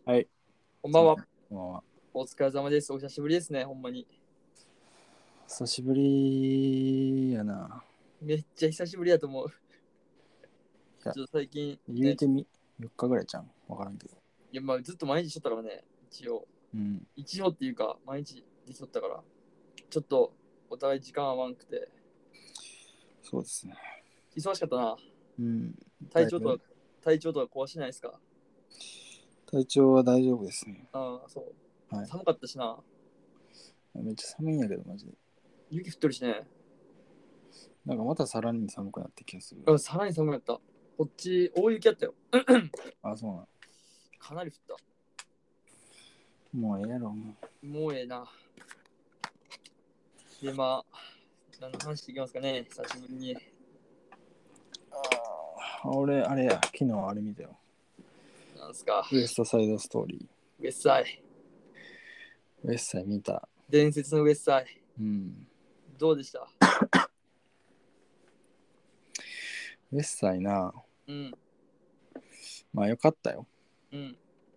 はい。 こんばんは。 こんばんは。 お疲れ様です。お久しぶりですね、ほんまに。 久しぶりやな。 めっちゃ久しぶりやと思う。 いや、 ちょっと最近ね、 言うてみ、4日ぐらいじゃん。わからんけど。 いやまあずっと毎日しとったからね、一応。 うん。 一応っていうか、毎日できとったから、ちょっとお互い時間合わんくて、 そうですね。 忙しかったな。 うん。だいぶ、 体調とか、体調とか壊してないですか？ 体調は大丈夫ですね。 ああ、そう。 はい。 寒かったしな。 めっちゃ寒いんやけど、マジで。 雪降ってるしね。 なんかまたさらに寒くなって気がする。 うん、さらに寒かった。こっち、大雪やったよ。 あ、そうなの。 かなり降っもうええやろ、もう。 た。もうええな。で、まあ、何の話していきますかね、久しぶりに。 俺、あれや、昨日あれ見たよ。 なんすか、 ウエストサイドストーリウエッサイ。 ー。ウエストサイド見た。 伝説のウエッサイ。 うん。 どうでした？ ウエストサイドな。 うん、 まあよかったよ。 うん、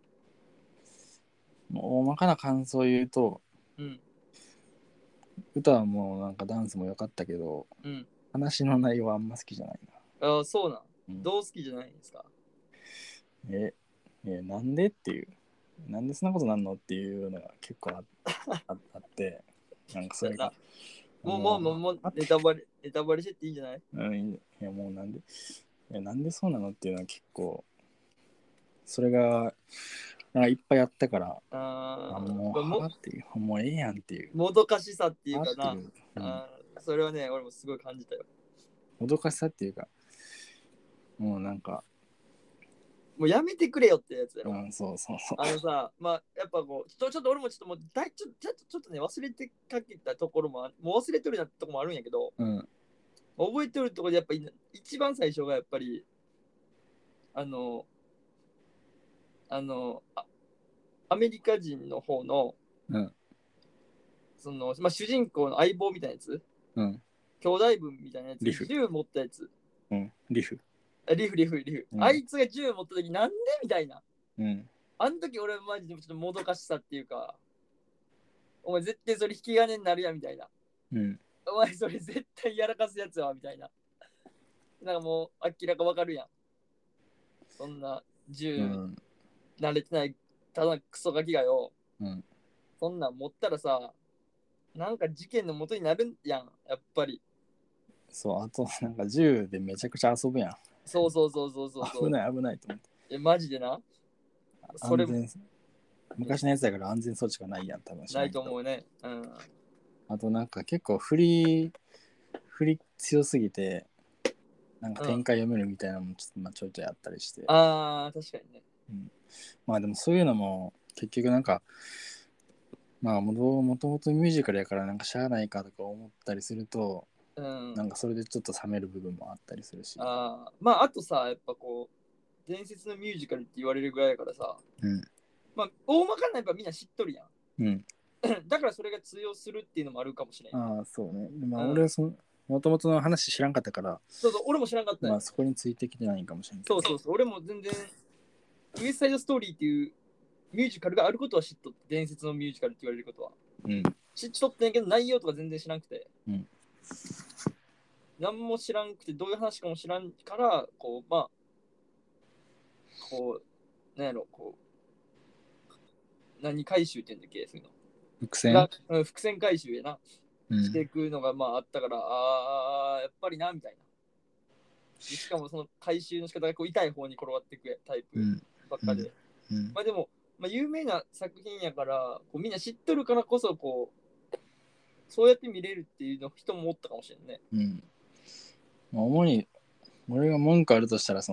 もう大まかな感想を言うと、 うん、 歌はもうなんかダンスも良かったけど、 うん。 話の内容はあんま好きじゃないな。 ああ、そうなん。 うん、 どう好きじゃないんですか？ え、なんでっていう、なんでそんなことなんのっていうのが結構あって、なんかそれが、 だな。 ももう、 待って、 ネタバレしてっていいんじゃない？ うん、いやもうなんでそうなのっていうのは結構、それが、なんかいっぱいあったから、もう、 まあ、 はっていう、もうええやんっていう、 もどかしさっていうかな。 はっていう、うん、 それはね、俺もすごい感じたよ。 もどかしさっていうか、もうなんか、 もうやめてくれよってやつやろ。 うん、そうそうそあのさ、まあ、やっぱこう、ちょっと俺もちょっともうちょっとね、忘れてかけたところももう忘れてるなとこもあるんやけど、 う。うん、 覚えてるところでやっぱり一番最初がやっぱり、あの、あの、あアメリカ人の方の、 うん、 まあ、主人公の相棒みたいなやつ、 うん、 兄弟分みたいなやつ、 リフ、 銃持ったやつ、 うん、リフ、 リフ。 うん、 あいつが銃持った時なんでみたいな。 うん、 あの時俺はマジでちょっともどかしさっていうか、お前絶対それ引き金になるやみたいな。 うん、 お前それ絶対やらかすやつはみたいな。なんかもう明らかわかるやん。そんな銃うん、 慣れてないただクソガキがよ。 うん。 そんなん持ったらさ、なんか事件の元になるやん、やっぱり。 そう、あと、なんか銃でめちゃくちゃ遊ぶやん。 そう。 危ない危ないと思って。 マジでな。それも安全、昔のやつだから安全装置がないやん、多分知ないらんけど。 と思うね。うん。 あとなんか結構振り強すぎて、なんかうん。 展開読めるみたいなのもちょっと、まあ、ちょいちょいあったりして。 ああ、確かにね。 うん、まあでもそういうのも結局なんか、まあもともとミュージカルやからなんかしゃあないかとか思ったりすると、 うん。 なんかそれでちょっと冷める部分もあったりするし。 まあ、あとさ、やっぱこう、伝説のミュージカルって言われるぐらいだからさ、 うん。 まあ、大まかなやっぱみんな知っとるやん。 うん。 だからそれが通用するっていうのもあるかもしれんよね。 ああ、そうね。まあうん。 俺はもともとの話知らんかったから、 俺も知らんかったんよ。 まあそこについてきてないんかもしれんけど。 俺も全然、ウエストサイドストーリーっていうミュージカルがあることは知っとって、伝説のミュージカルって言われることは。 うん。 知っとってんやけど、内容とか全然知らんくて。 うん。 何も知らんくて、どういう話かも知らんから、こう、まあ、こう、なんやろ、こう、何回収って言うんだっけ、そういうの。 伏線。 伏線回収やな。 うん。 していくのがまああったから、やっぱりな、みたいな。でしかもその回収の仕方がこう痛い方に転がっていくタイプうん。うん。 ばっかで。 うん。 まあでも、まあ、有名な作品やから、こうみんな知っとるからこそ、こう、そうやって見れるっていうの人もおったかもしれんね。 うん。まあ、主に、俺が文句あるとしたら、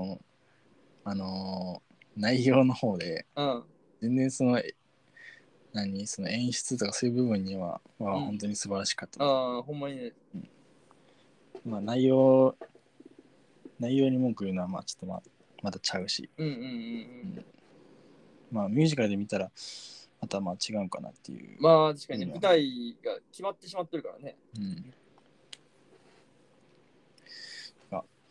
内容の方で、 うん。 全然その演出とかそういう部分には、まあ、 うん。 本当に素晴らしかったと思ほんまにね。 う。まあ、内容に文句言うのは、まあ、ちょっとまたちゃうし、 うん。 うん、まあ、ミュージカルで見たら、またまあ違うんかなっていう。 まあ確かにね、舞台が決まってしまってるからね。 うん。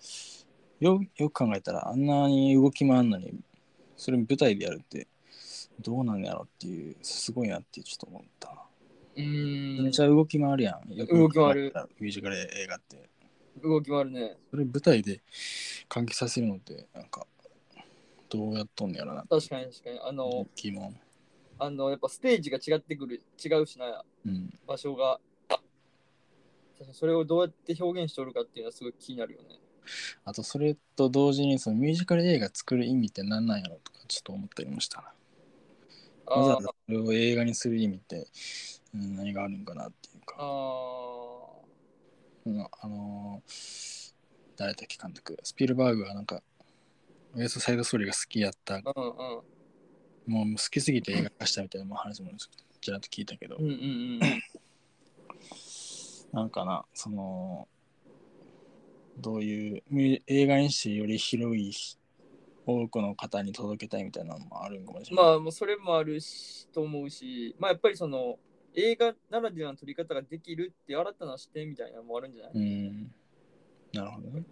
よく考えたら、あんなに動き回るのに、それ舞台でやるって、 どうなんやろっていう、すごいなってちょっと思ったな。 うんめちゃ動き回るやん。よく動き回るミュージカル映画って。 動き回るね。 それ舞台で完結させるのって、なんか、どうやっとんねやろな。 確かに疑問。 やっぱステージが違うしな、 うん。 場所が。それをどうやって表現しておるかっていうのはすごい気になるよね。 あと、それと同時に、そのミュージカル映画作る意味って何なんやろとか、ちょっと思ったりもしたな。わざわざそれを映画にする意味って、何があるんかなっていうか。誰だっけ監督。スピルバーグはなんか、ウエストサイドストーリーが好きやった。もう好きすぎて映画化したみたいな話もちらっと聞いたけど、なんかな、その、どういう映画にしてより広い多くの方に届けたいみたいなのもあるんかもしれない。 まあ、もうそれもあるしと思うし、まあやっぱりその映画ならではの撮り方ができるっていう新たな視点みたいなのもあるんじゃない？ なるほどね。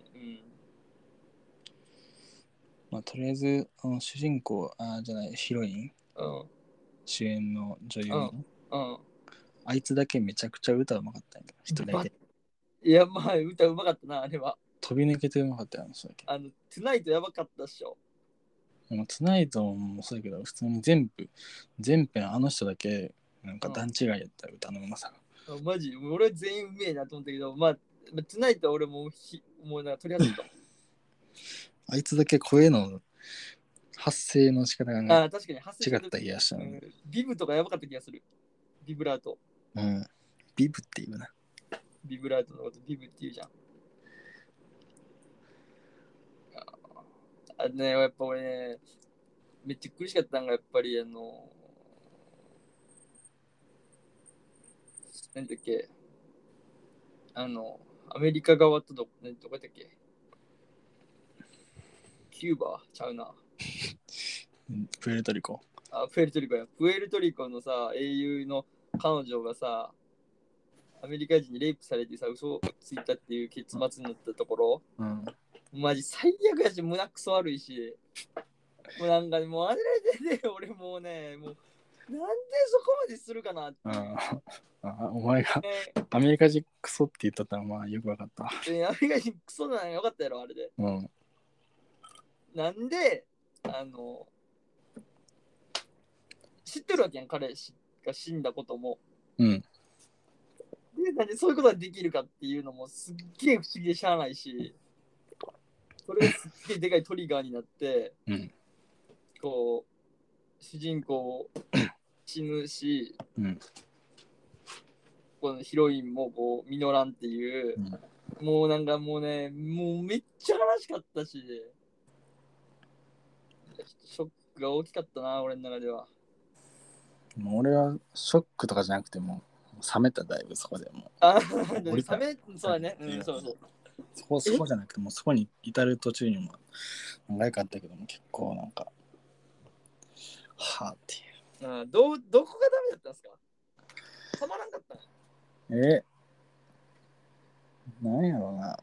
まあとりあえず主人公じゃないヒロイン、主演の女優の、あいつだけめちゃくちゃ歌うまかったんやけど、一人だけ。 いやまあ歌うまかったなあれは。 飛び抜けてうまかったよ、それだけ。 トゥナイトやばかったっしょ。 トゥナイトもそうやけど、普通に全編あの人だけなんか段違いやった、歌のうまさが。マジ俺は全員うめえなと思ったけど、まあトゥナイトは俺もうなんか取り外した。 あいつだけ声の発声の仕方が確かに違った気がした、 ビブとかやばかった気がする。ビブラート。 ビブって言うな。 ビブラートのことビブって言うじゃん。やっぱ俺ね、めっちゃ苦しかったのが、やっぱりなんだっけ、アメリカ側とどこだったっけ、キューバちゃうな。 プエルトリコ。 プエルトリコや。プエルトリコのさ、英雄の彼女がさ、アメリカ人にレイプされてさ、嘘をついたっていう結末になったところ、マジ最悪やし、胸くそ悪いし、もうなんかもうあれでね、俺もうね、もうなんでそこまでするかなっていう。 お前がアメリカ人クソって言っとったのはまあよくわかった。 アメリカ人クソなのよかったやろ、あれで。なんで、知ってるわけやん、彼氏が死んだことも。で、なんでそういうことができるかっていうのもすっげえ不思議でしゃあないし、それがすっげえでかいトリガーになって、こう、主人公死ぬし、このヒロインもこう、実らんっていう、もうなんかもうね、もうめっちゃ悲しかったし、ショックが大きかったな、俺の中では。 もう俺はショックとかじゃなくても冷めた、だいぶそこでも冷め、そうだね。そうそう。 そこじゃなくてもそこに至る途中にも何回かあったけども結構なんかはあっていう。どこがダメだったんですか？たまらんかったの？ なんやろうな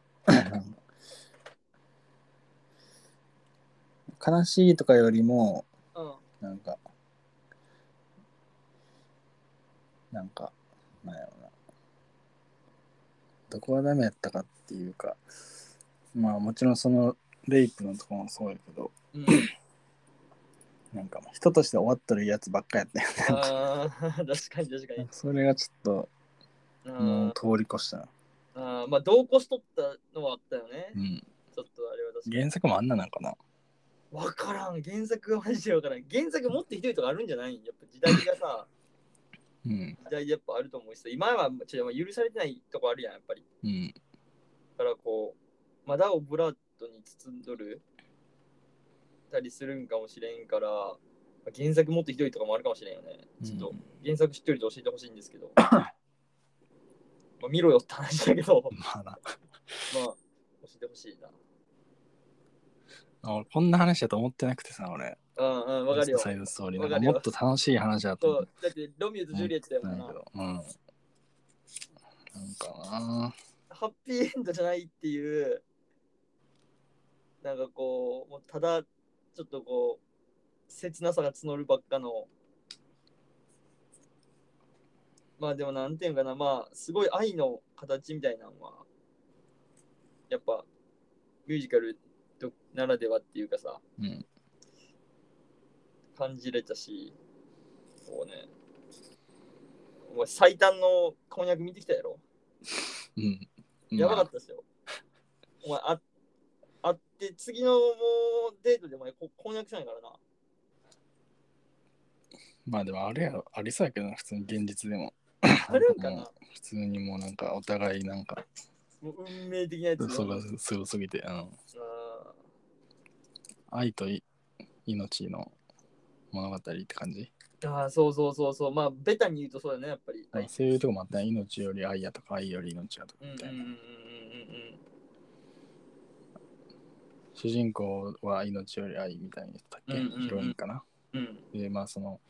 悲しいとかよりも、なんかなんやろうな、どこがダメやったかっていうか、まあもちろんそのレイプのとこもそうやけど、なんかもう人として終わっとるやつばっかやったよね。 確かに確かに。 それがちょっともう通り越したな。 まあ同行しとったのはあったよね。ちょっとあれは確かに。 原作もあんななんかな。 わからん。原作がマジでわからん。原作もっとひどいとかあるんじゃない？やっぱ時代がさ、時代でやっぱあると思うしさ、今は許されてないとこあるやん、やっぱり。だからこう、まだオブラートに包んどるたりするんかもしれんから、原作もっとひどいとかもあるかもしれんよね。ちょっと原作知ってると教えてほしいんですけど。まあ見ろよって話だけど、まあ教えてほしいな。 俺こんな話だと思ってなくてさ、俺。 わかるよ。 サイドストーリーなんかもっと楽しい話だと思って。 だってロミオとジュリエットやもんな。 なんかな。 ハッピーエンドじゃないっていう、なんかこう、もうただちょっとこ切なさが募るばっかの、まあでもなんていうかな、まあすごい愛の形みたいなのは、やっぱミュージカルならではっていうかさ、 うん。 感じれたし、こうね、お前最短の婚約見てきたやろ。 うん。 やばかったっすよ。お前会って次のもうデートでお前婚約したんやからな。 まあでもあれやろ、ありそうやけどな、普通に現実でも。 あるんかな。 もう普通にもうなんかお互いなんか、 もう運命的なやつ。 そがすごすぎて、愛と命の物語って感じ。 そうそうそうそう。まあ、ベタに言うとそうだね、やっぱり。 まあ、そういうとこもあったね。命より愛やとか、愛より命やとかみたいな。主人公は命より愛みたいに言ったっけ、ヒロインかな。で、まあその、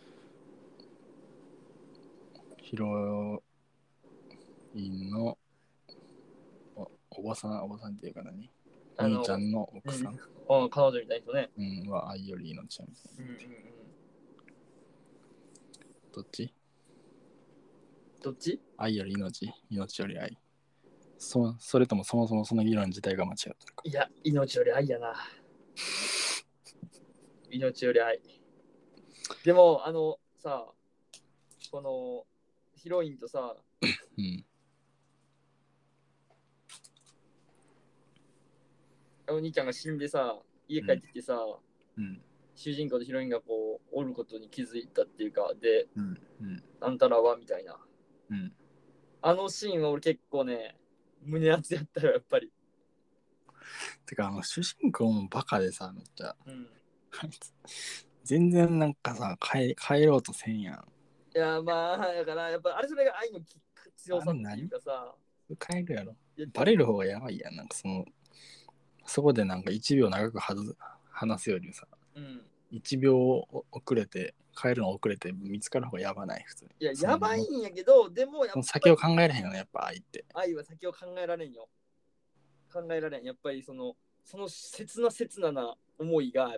ヒロインのおばさんっていうか何、お兄ちゃんの奥さん、 彼女みたいな人ね。 は愛より命やみたいな。どっち愛より命、命より愛。それともそもそもその議論自体が間違ってるか。 いや、命より愛やな。命より愛。でも、さ、このヒロインとさ、 うん。 お兄ちゃんが死んでさ、家帰ってきてさ、 うん。 主人公とヒロインがこう、おることに気づいたっていうか、で、 うん。うん。 あんたらはみたいな。 うん。 あのシーンは俺結構ね、胸熱やったよ、やっぱり。 てか、主人公もバカでさ、めっちゃ。 うん。 全然なんかさ、帰ろうとせんやん。 いや、まあ、だから、やっぱあれそれが愛の強さっていうかさ、 帰るやろ。バレる方がやばいやん。なんかそこでなんか1秒長く話すよりさ、 うん、 1秒遅れて、帰るの遅れて見つかる方がやばない、普通に。 いや、やばいんやけど、でもやっぱり。 先を考えれへんよね、やっぱ愛って。 愛は先を考えられんよ。考えられん。やっぱりその切なな思いが、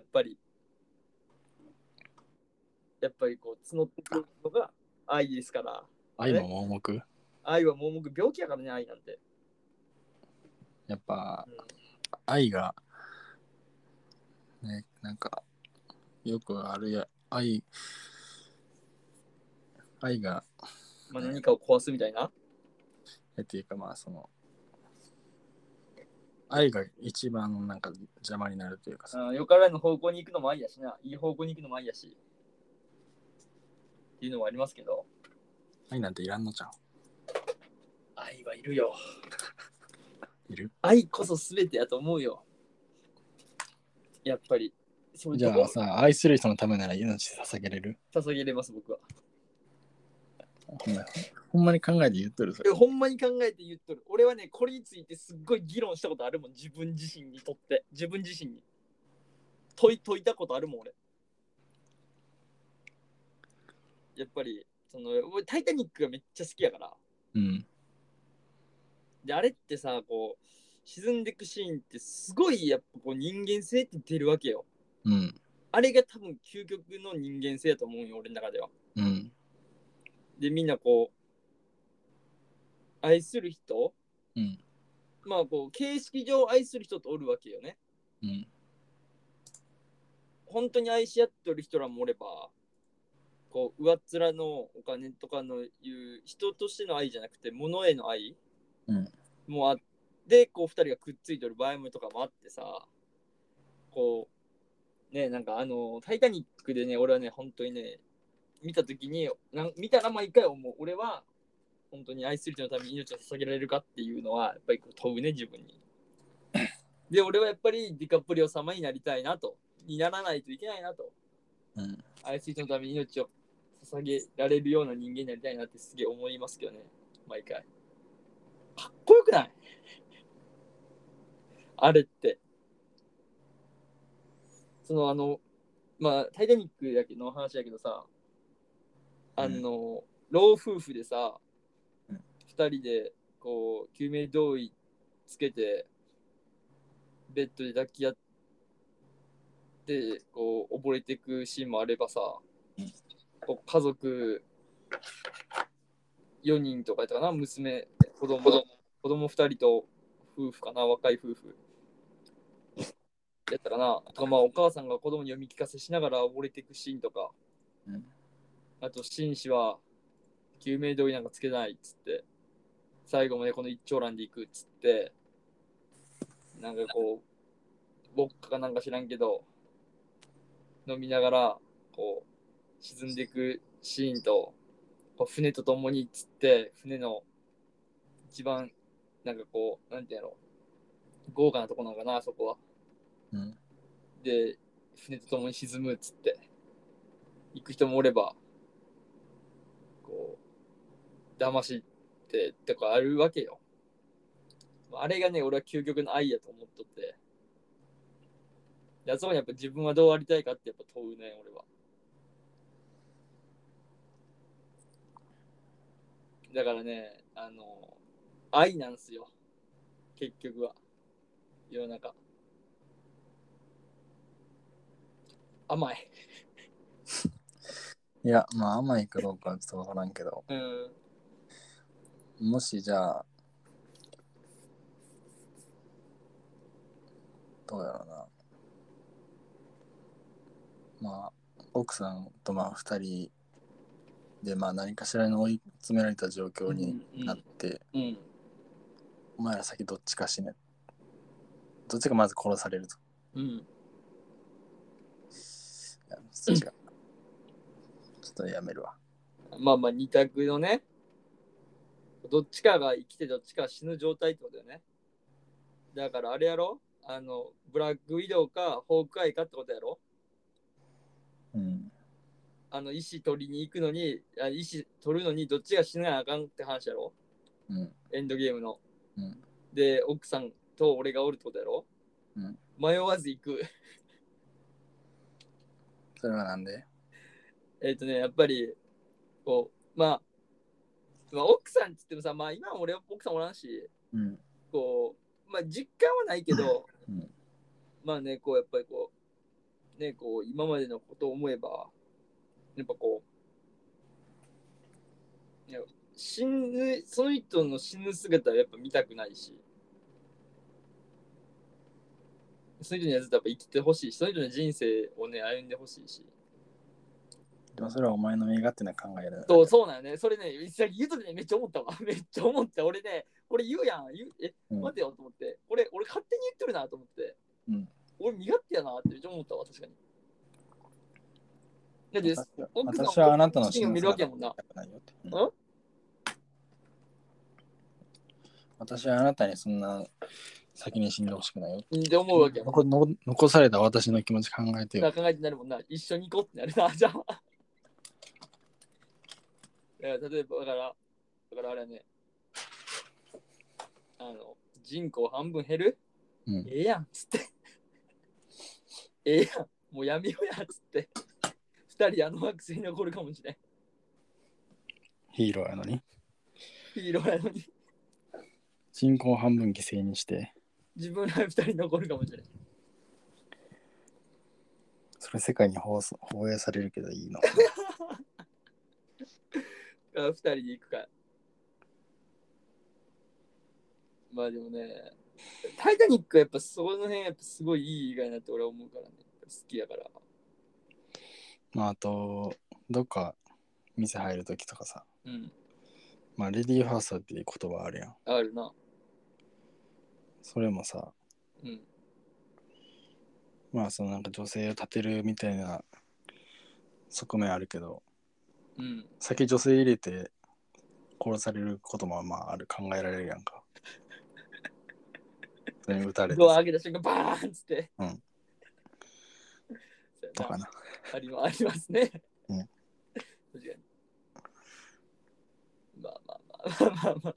やっぱりこう募ってくるのが愛ですから。 愛も盲目。 愛は盲目、病気やからね、愛なんて。 やっぱ、愛が、ね、なんか、よくあるや、愛が、 まあ、何かを壊すみたいな。 っていうかまあ愛が一番なんか邪魔になるというかさ。 よからぬ方向に行くのも愛やしな。いい方向に行くのも愛やし。っていうのもありますけど。 愛なんていらんのじゃん。 愛はいるよ。 いる？ 愛こそ全てやと思うよ。やっぱり。 じゃあさ、愛する人のためなら命捧げれる？ 捧げれます、僕は。 ほんまに考えて言っとるそれ。 ほんまに考えて言っとる。俺はね、これについてすっごい議論したことあるもん。自分自身にとって。自分自身に。解いたことあるもん、俺。やっぱり、俺タイタニックがめっちゃ好きやから。 うん。 で、あれってさ、こう、沈んでくシーンってすごい、やっぱこう人間性って出るわけよ。 うん。 あれが多分究極の人間性やと思うよ、俺の中では。 うん。 で、みんなこう、愛する人、 うん。 まあこう、形式上愛する人とおるわけよね。 うん。 本当に愛し合ってる人らもおれば、こう、上っ面のお金とかのいう人としての愛じゃなくて、物への愛もあって、こう、二人がくっついてる場合もとかもあってさ、こう、ね、なんかタイタニックでね、俺はね、本当にね、見たときに、見たら毎回思う。俺は、本当に愛する人のために命を捧げられるかっていうのは、やっぱり問うね、自分に。で、俺はやっぱりディカプリオ様になりたいなと。にならないといけないなと。 うん。 愛する人のために命を捧げられるような人間になりたいなってすげえ思いますけどね、毎回。かっこよくない？あれって。まあ、タイタニックだけの話だけどさ、老夫婦でさ、二人で、こう、救命胴衣つけて、ベッドで抱き合っでこう溺れていくシーンもあればさ、 うんこう家族4人とかやったかな、娘、子供2人と夫婦かな、若い夫婦やったかな、とか、まあお母さんが子供に読み聞かせしながら溺れていくシーンとか、 うんあと紳士は救命胴衣なんかつけないっつって最後までこの一長蘭で行くっつって、なんかこうウォッカかなんか知らんけど飲みながらこう沈んでいくシーンと、こう船とともにっつって船の一番なんかこうなんていうの豪華なとこなのかな、そこは。 うんで船とともに沈むっつって行く人もおれば、こう騙しってとかあるわけよ。あれがね、俺は究極の愛やと思っとって、やつはやっぱ自分はどうありたいかってやっぱ問うね、俺は。だからね、愛なんすよ、結局は。世の中。甘い。 いや、まあ甘いかどうかはちょっとわからんけど、 うん。 もしじゃあ、どうやろうな。まあ、奥さんとまあ2人でまあ何かしらに追い詰められた状況になって、 うん。 お前ら先どっちか死ね。どっちがまず殺されると。 うん。 いや、そっちが。ちょっとやめるわ。 まあまあ二択のね、どっちかが生きてどっちかが死ぬ状態ってことだよね。だからあれやろ、ブラックウィドウかホークアイかってことやろ。 うん。 石取りに行くのに、石取るのにどっちが死ななあかんって話やろ。 うん。 エンドゲームの。 うん。 で、奥さんと俺がおるってことやろ。 うん。 迷わず行く。 それはなんで？ やっぱり、こう、まあ、奥さんって言ってもさ、まあ今は俺奥さんおらんし、 うん。 こう、まあ実感はないけど、 うん。 まあね、こうやっぱりこう、ね、こう今までのことを思えば、やっぱこう、ね、死ぬ、その人の死ぬ姿はやっぱ見たくないし、その人にはずっとやっぱ生きてほしいし、その人の人生をね、歩んでほしいし。 でもそれはお前の身勝手な考えだよ。 そうなんよね。それね、さっき言うとね、めっちゃ思ったわ。めっちゃ思った。俺ね、これ言うやん。待てよと思って。俺勝手に言ってるなと思って。 うん。 俺身勝手やなってめっちゃ思ったわ、確かに。だって私はあなたの死を見るわけやもんな。 ないよって。 うん私はあなたにそんな先に死んでほしくないよって思うわけやもん。 残された私の気持ち考えてよ。 考えてなるもんな。一緒に行こうってなるな、じゃあ。例えば、だからあれはね、人口半分減る、 うん、 ええやんっつって。ええやん、もうやめようやっつって。二人惑星に残るかもしれん。 ヒーローやのに。 ヒーローやのに。 人口半分犠牲にして。 自分ら二人残るかもしれん。 それ世界に放映されるけどいいの。 二人で行くか。まあでもね、タイタニックはやっぱその辺やっぱすごいいい映画になって俺は思うからね。好きやから。 まああと、どっか店入るときとかさ。 うん。 まあレディーファーストっていう言葉あるやん。 あるな。 それもさ、 うん。 まあそのなんか女性を立てるみたいな側面あるけど、 うん。 先女性入れて殺されることもまあ考えられるやんか。それに撃たれてさ。 ドア開けた瞬間バーンっつって。 うん。とかな。 ありますね。 うん。 確かに。まあまあまあまあまあ。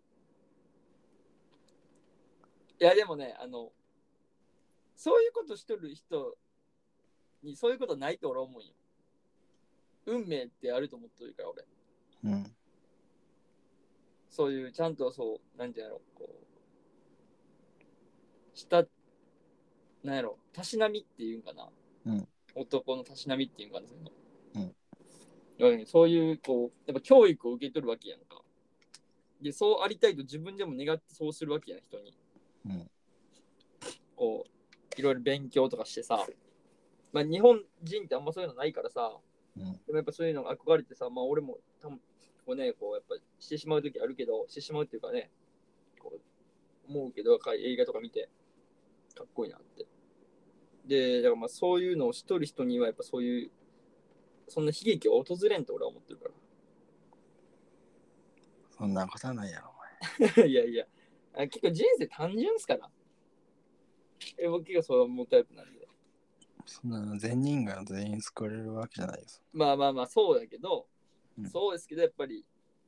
いやでもね、そういうことしとる人にそういうことないと俺は思うよ。運命ってあると思ってるから俺。 うん。 そういうちゃんとそうなんていうのこうしたなんやろたしなみっていうんかな。 うん。 男のたしなみっていう感じの。 うん。 そういう、こう、やっぱ教育を受け取るわけやんか。で、そうありたいと自分でも願ってそうするわけやん、人に。 うん。 こう、いろいろ勉強とかしてさ。まあ、日本人ってあんまそういうのないからさ。 うん。 でもやっぱそういうのが憧れてさ、まあ俺もこうね、こうやっぱしてしまう時あるけど、してしまうっていうかね、こう思うけど、映画とか見て、かっこいいなって。で、だからまあそういうのをしとる人にはやっぱそういう、そんな悲劇を訪れんと俺は思ってるかそんなことはないやろ、 ら。いやいや、結構人生単純っすから。僕結構そう思うタイプなんで。 そんな善人が全員救われるわけじゃないよ。 まあまあまあ、そうだけど、 うん、 そうですけど、やっぱり、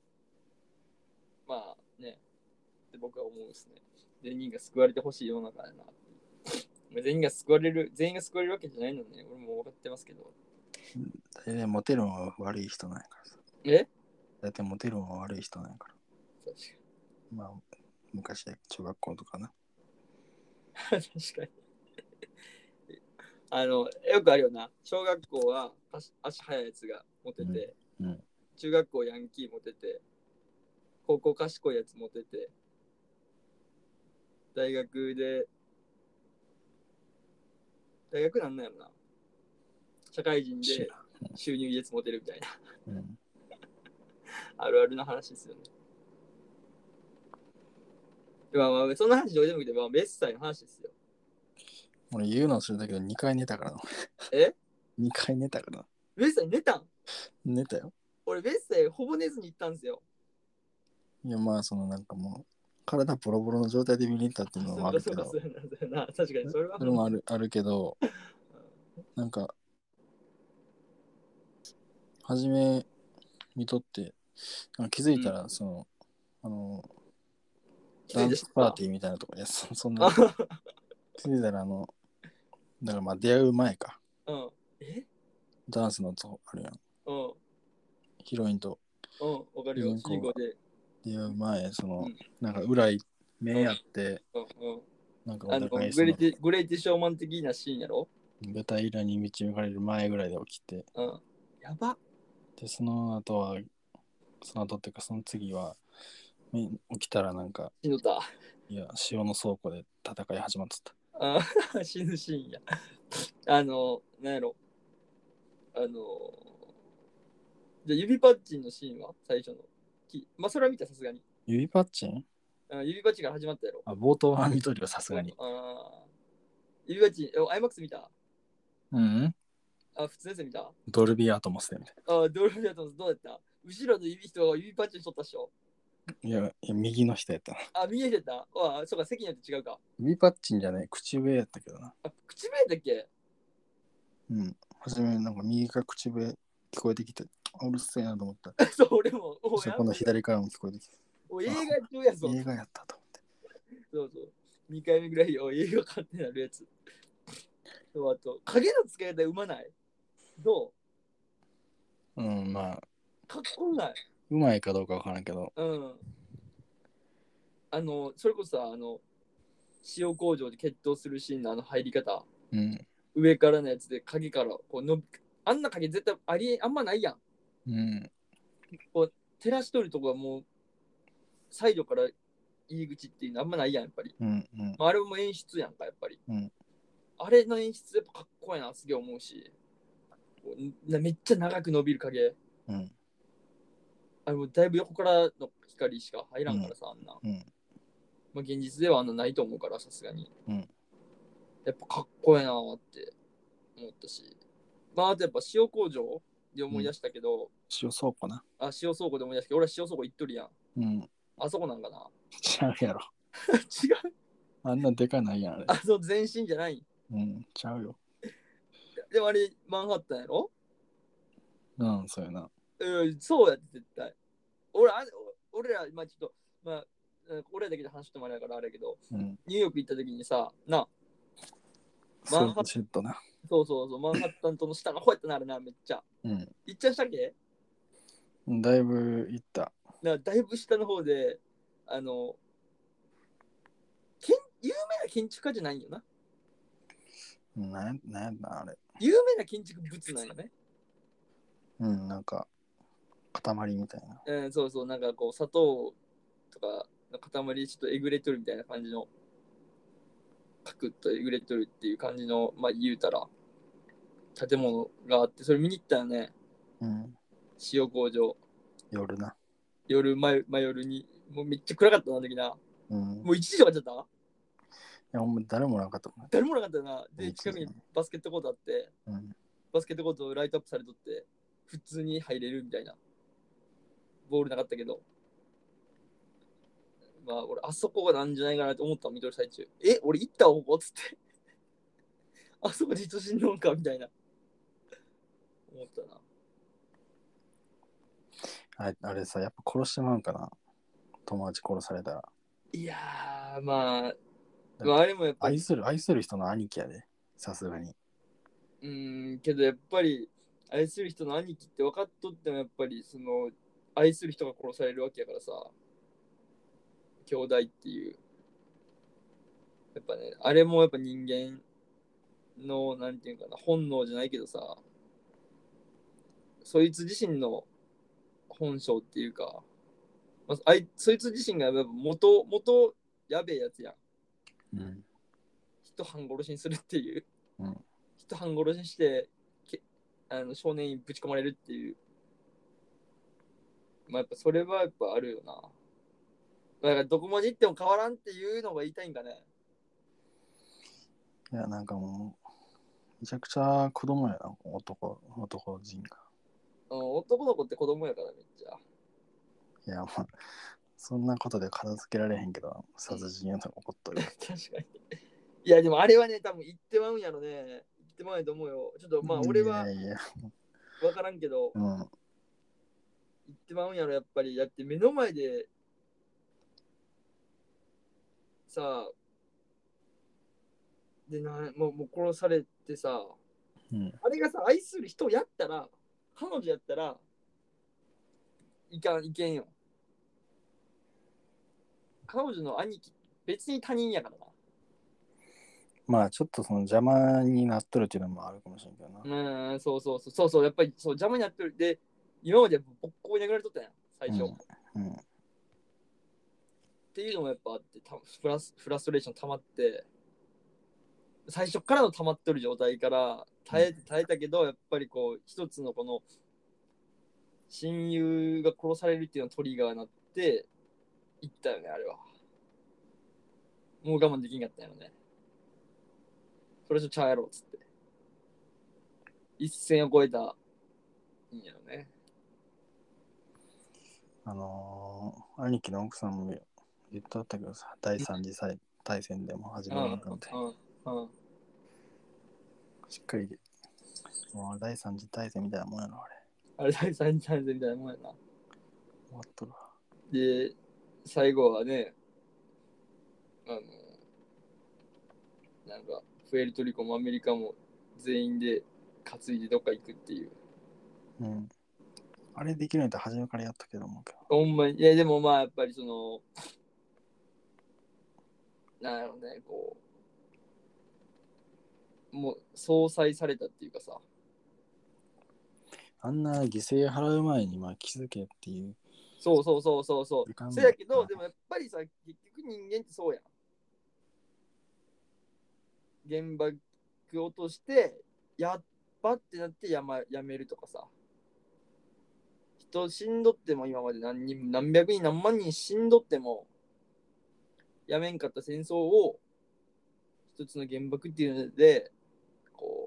まあね、って僕は思うんですね。全員が救われてほしい世の中だな。全員が救われるわけじゃないのね、俺も分かってますけど。 大体モテるのは悪い人なんやからさ。 え大体モテるのは悪い人なんやから。 確かまあ、昔で中学校とかな。 に。確かに。よくあるよな。小学校は足速いやつがモテて、 うん。 中学校ヤンキーモテて、高校賢いやつモテて、大学なんなんやろな。社会人で収入いいやつモテるみたいな。 うん。 あるあるな話ですよね。まあまあ、そんな話どうでもいいけど、まあ、別歳の話ですよ。 俺言うのするだけど2回寝たからな。 え 2回寝たからな。 別歳寝たん寝たよ。 俺、別歳ほぼ寝ずに行ったんですよ。 いや、まあ、そのなんかもう、体ボロボロの状態で見に行ったっていうのもあるけど、 そうな。確かに、それは。 それもあるけど、なんか、初め見とって、なんか気づいたら、その、ダンスパーティーみたいなとこ、いや、そんな、気づいたら、だからまあ出会う前か。 うん。えダンスのとあるやん。 うん。 ヒロインとうん。わかるよ。 主人公がで。 出会う前、 うん。 なんか裏い目やって、 うん。 なんかお互いグレイティショーマン的なシーンやろ舞台裏に導かれる前ぐらいで起きて、 うん。やば。 で、その後っていうかその次は、起きたらなんか、 死ぬた。 いや、塩の倉庫で戦い始まっつった。 死ぬシーンや。なんやろ。じゃあ指パッチンのシーンは最初の。まあ、それは見た、さすがに。 指パッチン指パッチンから始まったやろ。 冒頭は見とるよ、さすがに。 指パッチン、IMAX 見たうん。 普通のやつ見たドルビーアトモスでみたいドルフィアトンどうやった後ろの人が指パッチンしとったっしょな。いや、右の人やったな。 見えてたそうか、席によって違うか。 指パッチンじゃない、口笛やったけどな。 口笛だっけうん。初めなんか右から口笛聞こえてきて、うるせえなと思った。 そう、俺も。 そこの左からも聞こえてきて。 映画中やぞ。 映画やったと思って。 そうそう。2回目ぐらい映画買ってなるやつ。そう、あと、影の使い方うまないどうん、まあ、 うかっこよないうまいかどうかわからんけど。 うん。それこそさ、塩工場で決闘するシーンの入り方。 うん。 上からのやつで影からこうあんな影絶対あんまないやん。 うん。 こう照らしとるとこはもうサイドから入り口っていうのあんまないやんやっぱり。 うん。うん。 あれも演出やんかやっぱり。 うん。 あれの演出やっぱかっこいいなすげえ思うし。めっちゃ長く伸びる影。 うん。 もうだいぶ横からの光しか入らんからさ、あんな。 うん。 まあ、現実ではあんなないと思うからさすがに。 うん。 やっぱかっこいいなって思ったし。まああとやっぱ塩工場で思い出したけど、 塩倉庫な。 塩倉庫で思い出したけど、俺は塩倉庫行っとるやん。 うん。 あそこなんかなちゃうやろ。 違う。 あんなでかないやん、あれ。 全身じゃない。 うん、ちゃうよ。 でもあれ、マンハッタンやろうん、そうやな。 そうやって絶対。俺ら、まあちょっと、まあ、俺らだけで話してもらえるからあれやけど、 うん。 ニューヨーク行った時にさ、 ソルトシェットな。 そう、マンハッタンとの下の方やったな、あれな、めっちゃ。 うん。 行っちゃしたっけだいぶ行った。 だいぶ下の方で、有名な建築家じゃないよな。 なんやな、あれ。 有名な建築物なんよね。 なんか塊みたいな。 そうそう、なんかこう砂糖とかの塊ちょっとえぐれとるみたいな感じの、カクッとえぐれとるっていう感じの、まあ言うたら建物があって、それ見に行ったよね。塩工場。 夜な。 真夜に、もうめっちゃ暗かったな、あの時な。もう1時とかちゃった？ いや、ほんま誰もなかったもん。 誰もなかったよな。で、近くにバスケットコートあって、バスケットコートライトアップされとって、普通に入れるみたいな。ボールなかったけど。まあ、俺、あそこがなんじゃないかなと思ったの、見とる最中。俺行ったわ、ここっつって。あそこ実死んのんかみたいな。思ったな。 あれさ、やっぱ殺してまうんかな。友達殺されたら。 いやー、まああれもやっぱり。 愛する人の兄貴やで、さすがに。 けどやっぱり、愛する人の兄貴って分かっとっても、やっぱり、愛する人が殺されるわけやからさ。兄弟っていう。やっぱね、あれもやっぱ人間の、なんていうかな、本能じゃないけどさ、そいつ自身の本性っていうか、まあ、そいつ自身がやっぱ元やべえやつやん。人半殺しにするっていう。人半殺しにして、少年にぶち込まれるっていう。まあやっぱそれはやっぱあるよな。だからどこまで行っても変わらんっていうのが言いたいんかね。 いや、なんかもう、めちゃくちゃ子供やな、男人が。 男の子って子供やからめっちゃ。 いや、まあ、そんなことで片付けられへんけど、殺人やと起こっとる。 確かに。いや、でもあれはね、多分言ってまうんやろね。言ってまうんやと思うよ。ちょっとまあ俺は分からんけど、言ってまうんやろ、やっぱり。だって目の前でさ、でもう殺されてさ、あれがさ、愛する人をやったら、彼女やったら、いけんよ。彼女の兄貴、別に他人やからな。 まあ、ちょっとその邪魔になっとるっていうのもあるかもしれんけどな。 そう、やっぱりそう邪魔になってる。で、今までボッコに殴られとったやん、最初。っていうのもやっぱあって、フラストレーション溜まって、最初からの溜まってる状態から耐えたけど、やっぱりこう、一つのこの、親友が殺されるっていうのがトリガーになって、いったよね、あれは。もう我慢できんかったよね。それじゃちゃうやろっつって。一線を越えた、いいんやろね。 兄貴の奥さんも言っとったけどさ、第三次大戦でも始まるのかみたいな。しっかり、もう第三次大戦みたいなもんやな、 あれ第三次大戦みたいなもんやな。終わっとるわ。 で、最後はね、なんか、プエルトリコもアメリカも全員で担いでどっか行くっていう。 あれできるんだって初めからやったけど思うけど。 ほんまに、いやでもまあやっぱりなんやろね、こう、もう相殺されたっていうかさ。 あんな犠牲払う前に気づけっていう。 そう。そやけど、でもやっぱりさ、結局人間ってそうやん。原爆落として、やっばってなってやめるとかさ。人死んどっても今まで何百人何万人死んどってもやめんかった戦争を一つの原爆っていうのでこ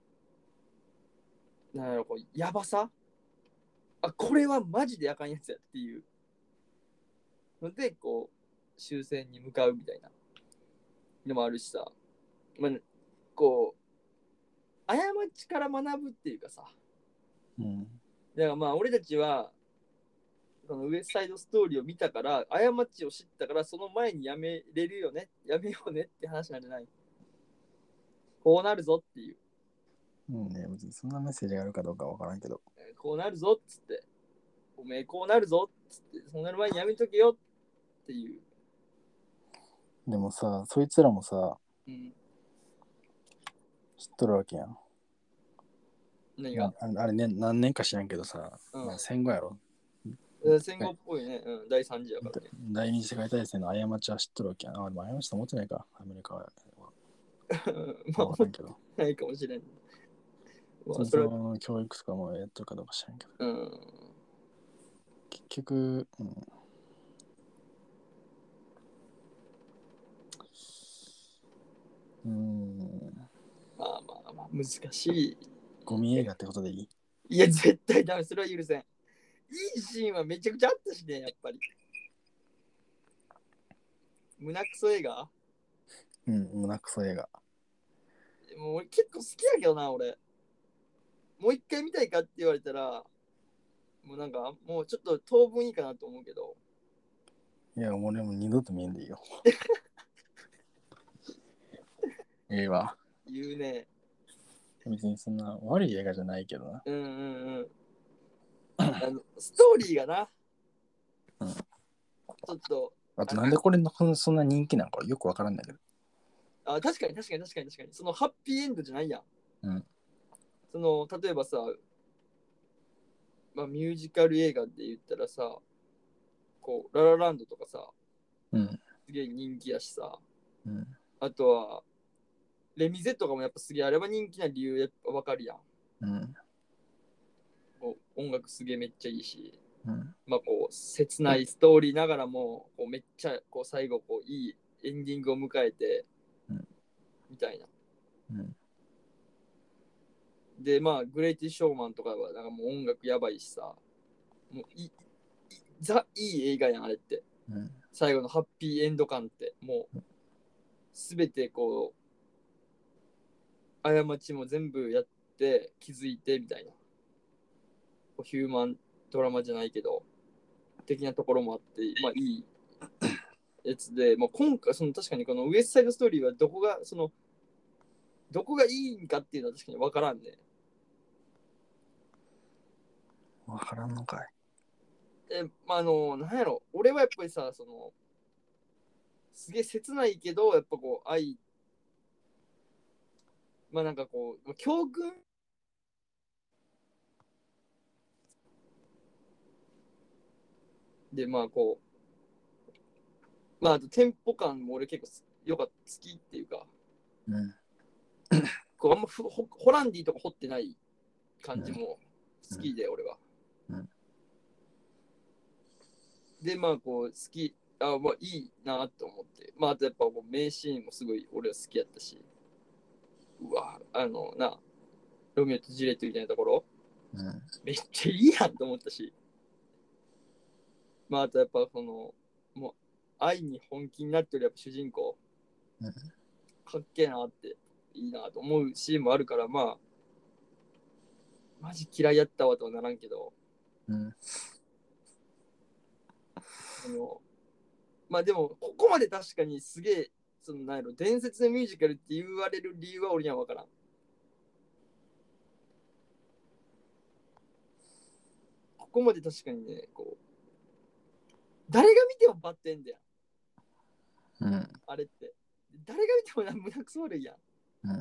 なんやろこうやばさこれはマジであかんやつやっていうのでこう終戦に向かうみたいなのもあるしさ、まあ、こう過ちから学ぶっていうかさ、だからまあ俺たちはそのウエストサイドストーリーを見たから過ちを知ったからその前にやめれるよねやめようねって話なんじゃない？こうなるぞっていう。 別にそんなメッセージがあるかどうかわからんけど。 こうなるぞっつって。おめえこうなるぞっつって。そうなる前にやめとけよっていう。 でもさ、そいつらもさ、知っとるわけやん。 何が、 あれね、何年か知らんけどさ、 うん戦後やろ。 戦後っぽいね、うん、第3次やからね。 第二次世界大戦の過ちは知っとるわけやな。でも過ちと思ってないか、アメリカは。 まあ、 わからんけど。 ないかもしれん。まあ、 戦それは、 争の教育とかもやっとるかどうか知らんけど。 うん。 結局、 まあまあまあ、難しい。 ゴミ映画ってことでいい？ いや、絶対ダメ、それは許せん。いいシーンはめちゃくちゃあったしね、やっぱり。胸クソ映画胸クソ映画。 もう俺結構好きやけどな、俺。もう一回見たいかって言われたら、もうなんか、もうちょっと当分いいかなと思うけど。 いや、俺も二度と見えんでいいよ。映画。 言うね。 別にそんな悪い映画じゃないけどな。 うんうんうん。ストーリーがな、ちょっと、 あとなんでこれのそんな人気なんかよくわからんだけど。 確かに確かに確かに確かに。そのハッピーエンドじゃないやん。 うん。 その、例えばさ、まあ、ミュージカル映画で言ったらさ、こう、ララランドとかさ、 うん。 すげえ人気やしさ、 うん。 あとは、レミゼとかもやっぱすげえあれば人気な理由やっぱわかるやん。 うん。 こう音楽すげえめっちゃいいし、 うん。 まあこう、切ないストーリーながらも、こうめっちゃこう最後こういいエンディングを迎えて、みたいな。 うん。 で、まあ、グレイティ・ショーマンとかはなんかもう音楽やばいしさ、もういい映画やん、あれって。 うん。 最後のハッピーエンド感って、もう、すべてこう、過ちも全部やって気づいてみたいな。こうヒューマンドラマじゃないけど、的なところもあって、まあいいやつで、まあ、今回、その確かにこのウエストサイドストーリーはどこがいいんかっていうのは確かに分からんね。 わからんのかい。 まあ、なんやろ、俺はやっぱりさ、すげえ切ないけど、やっぱこう、まあなんかこう、教訓で、まあこう、まああとテンポ感も俺結構好きっていうか、 うん。 こうあんまホランディとか掘ってない感じも好きで、俺は。 うん。 で、まあこう、まあいいなと思って。まああとやっぱこう名シーンもすごい俺は好きやったし、うわ、ロミオとジュレットみたいなところ、 うん。 めっちゃいいやんと思ったし、まああとやっぱもう愛に本気になってるやっぱ主人公、 うん。 かっけえなって、いいなと思うシーンもあるから、まあ、マジ嫌いやったわとはならんけど、 うん。 あの、まあでも、ここまで確かにすげえ、なんやろ、伝説のミュージカルって言われる理由は俺には分からん。ここまで確かにね、こう、誰が見てもバッテンだよ。 うん。 あれって。誰が見ても胸くそ悪いやん。 うん。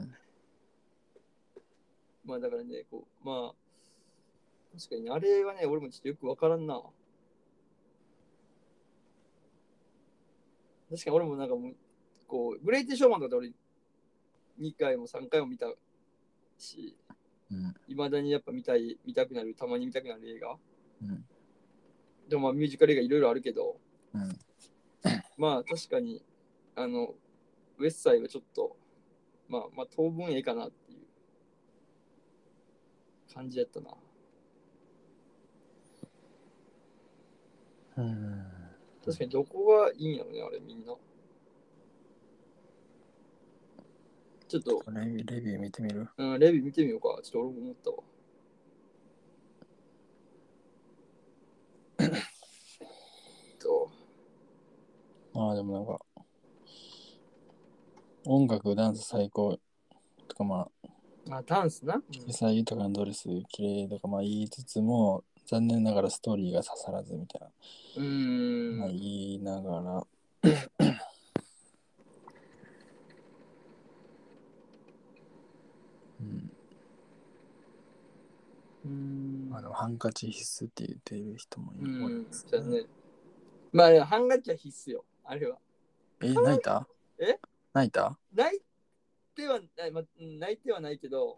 まあだからね、こう、まあ、確かに、ね、あれはね、俺もちょっとよく分からんな。確かに俺もなんかもう、こう、グレイティ・ショーマンとかで俺2回も3回も見たし、 うん。 いまだにやっぱ見たくなる、たまに見たくなる映画。 うん。 でもまあミュージカル映画いろいろあるけど、 うん。 まあ確かに、ウエストサイはちょっと、まあ当分ええかなっていう感じやったな。 うん。 確かにどこがいいんやろね、あれみんな。ちょっと、 レビュー見てみる？ レビュー見てみようか。ちょっと俺も思ったわ。と、 ああ、でもなんか、音楽、ダンス最高とか、まあ、 ダンスな。 色彩豊かなドレス、綺麗とか、まあ言いつつも、残念ながらストーリーが刺さらずみたいな。まあ言いながら、うん。 ハンカチ必須って言っている人もいるんですじゃあね。まあ、ハンカチは必須よ、あれは。 泣いた泣いた泣いてはない、泣いてはないけど、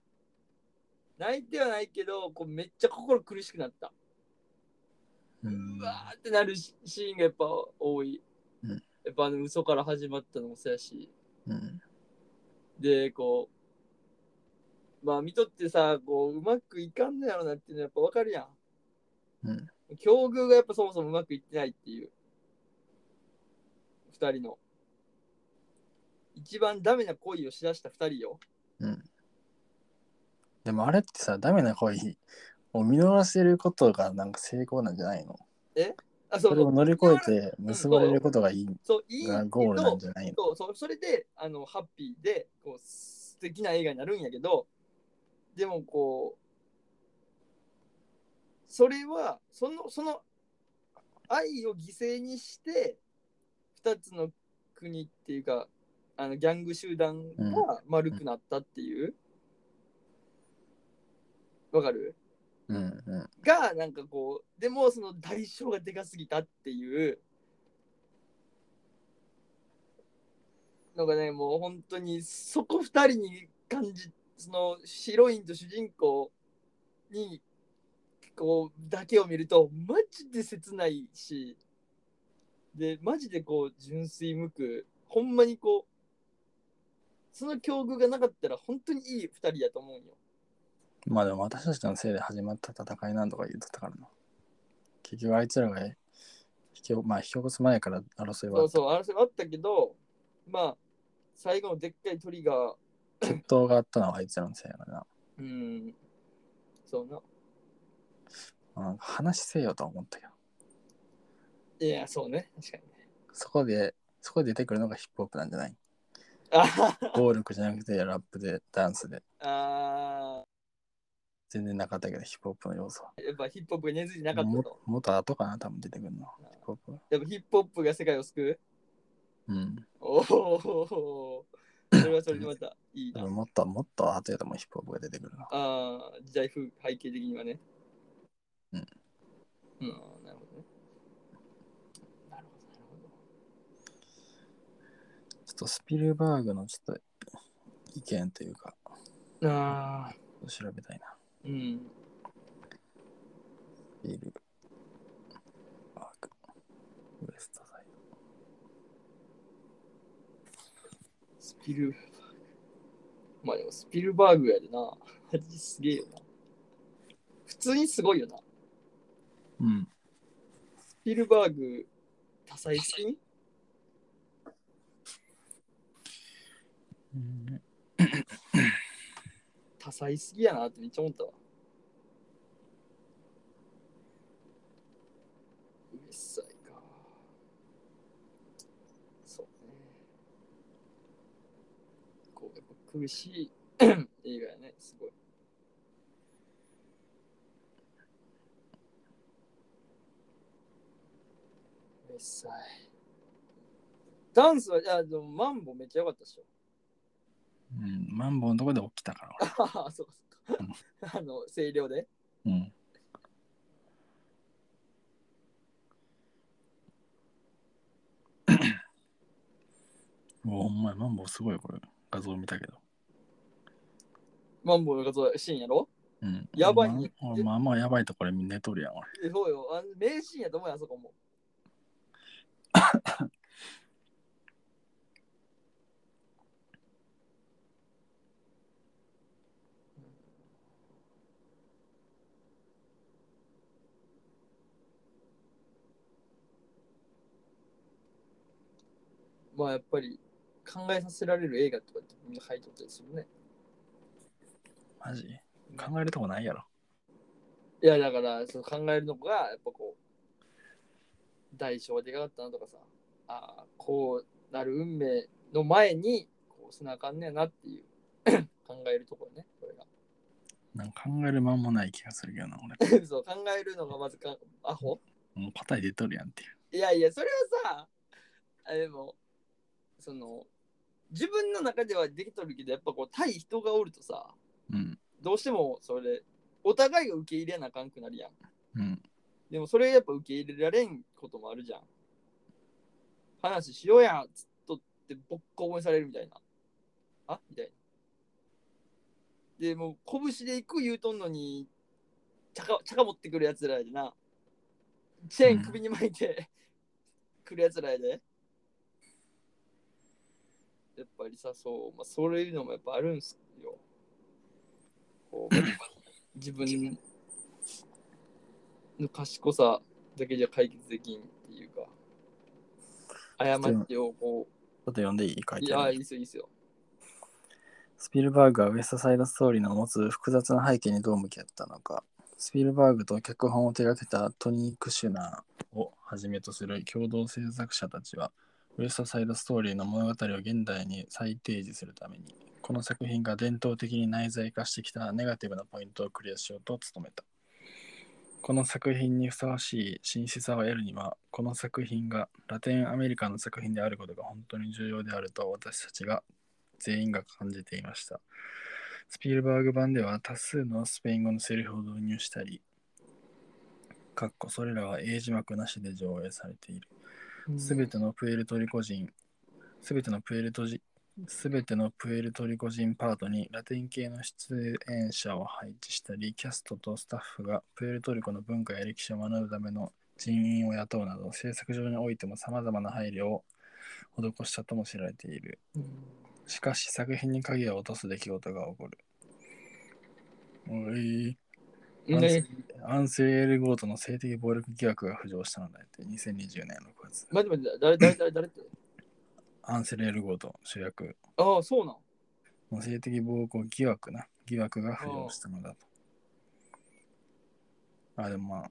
こうめっちゃ心苦しくなった。うわーってなるシーンがやっぱ多い。やっぱ嘘から始まったのもそうやし。で、こう、まあ見とってさ、こう、うまくいかんのやろなっていうのはやっぱわかるやん。境遇がやっぱそもそもうまくいってないっていう。二人の。一番ダメな恋をしだした二人よ。 でもあれってさ、ダメな恋を見逃せることがなんか成功なんじゃないの？それを乗り越えて結ばれることがいいがゴールなんじゃないの？ それでハッピーでこう素敵な映画になるんやけど、でもこうそれはその愛を犠牲にして2つの国っていうかギャング集団が丸くなったっていうわかる？がなんかこうでもその代償がでかすぎたっていうのがね、もう本当にそこ2人に感じ、そのヒロインと主人公にこうだけを見るとマジで切ないし、でマジでこう純粋無垢、ほんまにこうその境遇がなかったら本当にいい2人やと思うんよ。 まあでも私たちのせいで始まった戦いなんとか言ってたからな。結局あいつらが引き起こす前から争いはあった。 争いはあったけど、まあ最後のでっかいトリガー決闘があったのはあいつらのせいやからな。 そうな。 なんか話せよと思ったけど。 いや、そうね、確かにね。 そこで出てくるのがヒップホップなんじゃない？暴力じゃなくてラップでダンスで。全然なかったけどヒップホップの要素は。 やっぱヒップホップが根付いてなかったと。 もっと後かな、多分出てくるの。ヒップホップ。 やっぱヒップホップが世界を救う？おお。それはそれでまたいいな。 もっと後やともヒップホップが出てくるな。 時代風背景的にはね。なるほどね。なるほど。 ちょっとスピルバーグのちょっと意見というか、調べたいな。スピルバーグ、ウエストサイド。 スピルバーグ。まあでもスピルバーグやでな。マジすげえよな。普通にすごいよな。スピルバーグ、多彩すぎん？多彩すぎやなってめっちゃ思ったわ。うるさいか。そうね。こうやっぱ苦しい映画やね、すごい。うるさい。ダンスは、いや、でもマンボめっちゃ良かったっしょ。 マンボのとこで起きたから。 そうか。声量で。 お前マンボすごいこれ。画像見たけど。 マンボの画像シーンやろ？やばいね。 まあやばいところみんな撮るやん。 そうよ。名シーンやと思うやん、そこも。まあやっぱり考えさせられる映画とかってみんな入っとったりするね。 マジ？考えるとこないやろ。 いやだからその考えるのがやっぱこう代償がでかかったなとかさ、こうなる運命の前にこうせなあかんねやなっていう考えるところね、これが。 なんか考える間もない気がするけどな、 俺。そう、考えるのがまずアホ。 もう答え出とるやんっていう。 いやいや、それはさ、でもその自分の中ではできとるけど、やっぱこう対人がおるとさ、どうしてもそれお互いが受け入れなあかんくなるやん。 うん。 でもそれやっぱ受け入れられんこともあるじゃん。話しようやっつっとってボッコボコにされるみたいな。あみたいな。でもう拳で行く言うとんのに、茶化持ってくるやつらやでな。チェーン首に巻いて、くるやつらやで。やっぱりさ、そう、まあ、そういうのもやっぱあるんすよ。こう自分の賢さだけじゃ解決できんっていうか、過ちをこちょっと読んでいい？書う、 いてある。 いいっすよ、いいっすよ。 スピルバーグはウエストサイドストーリーの持つ複雑な背景にどう向き合ったのか。スピルバーグと脚本を手掛けたトニー・クシュナーをはじめとする共同制作者たちは、ウエストサイドストーリーの物語を現代に再提示するために、この作品が伝統的に内在化してきたネガティブなポイントをクリアしようと努めた。この作品にふさわしい真摯さを得るには、この作品がラテンアメリカの作品であることが本当に重要であると私たちが全員が感じていました。スピルバーグ版では多数のスペイン語のセリフを導入したり、それらは英字幕なしで上映されている。すべてのプエルトリコ人、すべてのプエルトリコ人パートにラテン系の出演者を配置したり、キャストとスタッフがプエルトリコの文化や歴史を学ぶための人員を雇うなど、制作上においても様々な配慮を施したとも知られている。しかし作品に影を落とす出来事が起こる。アンセリエル・ゴートの性的暴力疑惑が浮上したのだって、2020年6月。 待って待って、誰って。 アンセリエル・ゴート主役ああ、そうなん。 の性的暴行疑惑が浮上したのだと。でも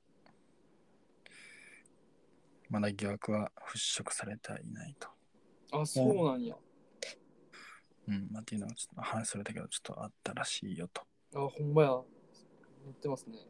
まだ疑惑は払拭されていないと。 あ、そうなんや。 っていうのがちょっと話それたけど、ちょっとあったらしいよと。 あ、ほんまや。載ってますね。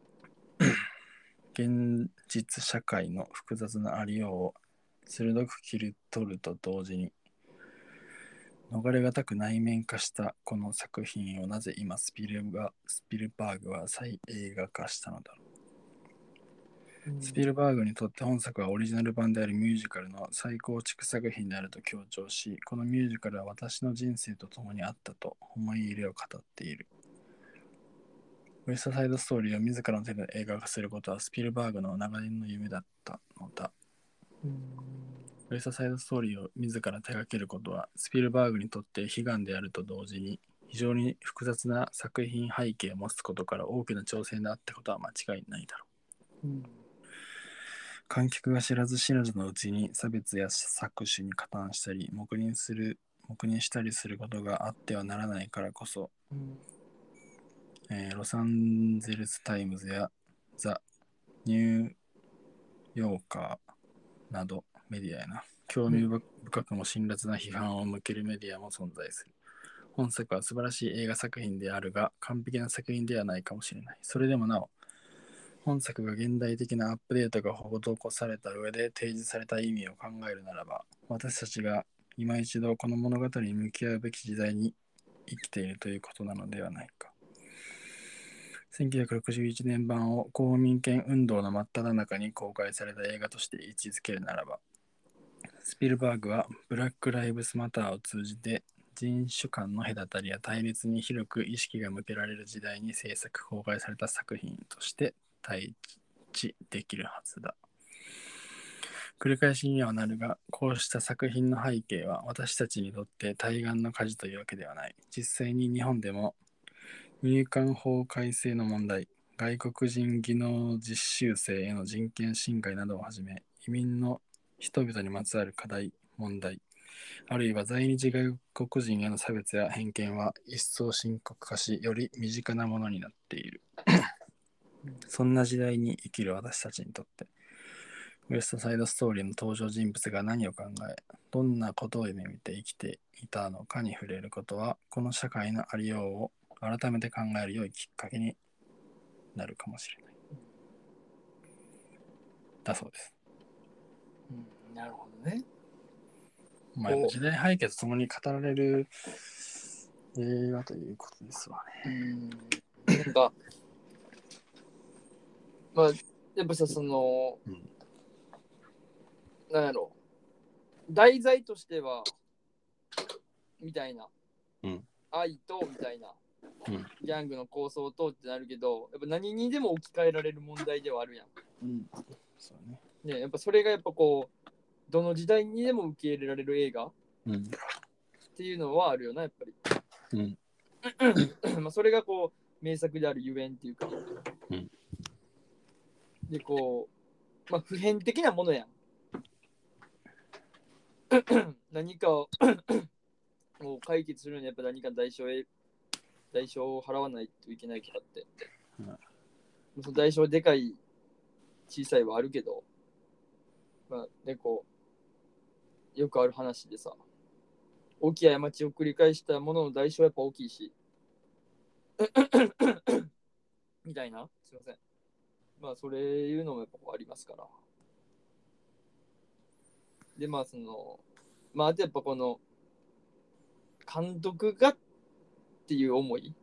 現実社会の複雑なありようを鋭く切り取ると同時に、逃れがたく内面化したこの作品をなぜ今スピルバーグは再映画化したのだろう。スピルバーグにとって本作はオリジナル版であるミュージカルの再構築作品であると強調し、このミュージカルは私の人生と共にあったと思い入れを語っている。ウエストサイドストーリーを自らの手で映画化することはスピルバーグの長年の夢だったのだ。ウエストサイドストーリーを自ら手掛けることはスピルバーグにとって悲願であると同時に、非常に複雑な作品背景を持つことから大きな挑戦であったことは間違いないだろう。観客が知らず知らずのうちに差別や搾取に加担したり黙認したりすることがあってはならないからこそ、ロサンゼルスタイムズやザ・ニューヨーカーなどメディアやな、興味深くも辛辣な批判を向けるメディアも存在する。本作は素晴らしい映画作品であるが、完璧な作品ではないかもしれない。それでもなお、本作が現代的なアップデートが施された上で提示された意味を考えるならば、私たちが今一度この物語に向き合うべき時代に生きているということなのではないか。1961年版を公民権運動の真っ只中に公開された映画として位置づけるならば、スピルバーグはブラック・ライブスマターを通じて人種間の隔たりや対立に広く意識が向けられる時代に制作・公開された作品として対峙できるはずだ。繰り返しにはなるが、こうした作品の背景は私たちにとって対岸の火事というわけではない。実際に日本でも入管法改正の問題、外国人技能実習生への人権侵害などをはじめ、移民の人々にまつわる課題、問題、あるいは在日外国人への差別や偏見は一層深刻化し、より身近なものになっている。そんな時代に生きる私たちにとって、ウエストサイドストーリーの登場人物が何を考え、どんなことを夢見て生きていたのかに触れることは、この社会のありようを改めて考える良いきっかけになるかもしれない。だそうです。 なるほどね。 時代背景とともに語られる映画ということですわね。 なんか、 まあ、やっぱさ、その、なんやろ、題材としては、みたいな、愛と、みたいな、ギャングの構想とってなるけど、やっぱ何にでも置き換えられる問題ではあるやん。 そうね。 ね、やっぱそれがやっぱこう、どの時代にでも受け入れられる映画っていうのはあるよな、やっぱり。まあそれがこう、名作であるゆえんっていうか。で、こう、まあ普遍的なものやん。何かを解決するのにやっぱ何か代償を払わないといけないからって。その代償でかい、小さいはあるけど、まあね、こう、よくある話でさ、大きい過ちを繰り返したものの代償はやっぱ大きいし、みたいな、すいません。まあ、それいうのもやっぱありますから。で、まあ、その、まあ、あとやっぱこの、監督がっていう思い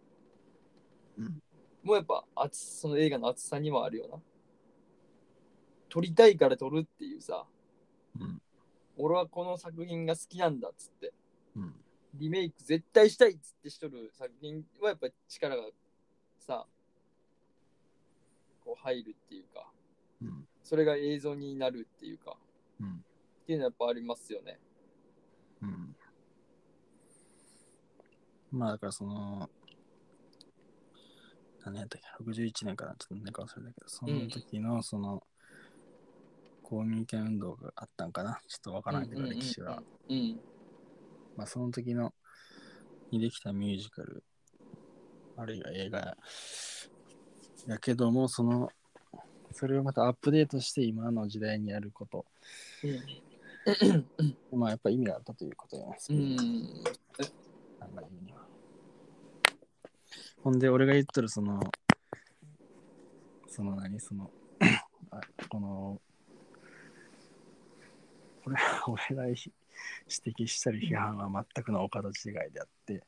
もやっぱその映画の熱さにもあるよな。撮りたいから撮るっていうさ、俺はこの作品が好きなんだっつって、リメイク絶対したいっつってしとる作品はやっぱ力がさ、こう入るっていうか、それが映像になるっていうか、っていうのはやっぱありますよね。 まあだからその、何やったっけ、61年かな、ちょっと寝か忘れたけど、その時のその、公民権運動があったんかな、ちょっとわからんけど、歴史は。まあその時の、にできたミュージカル、あるいは映画やけども、それをまたアップデートして今の時代にやること、まあやっぱ意味があったということよね。ほんで俺が言っとるこの俺が指摘したり批判は全くのお門違いであって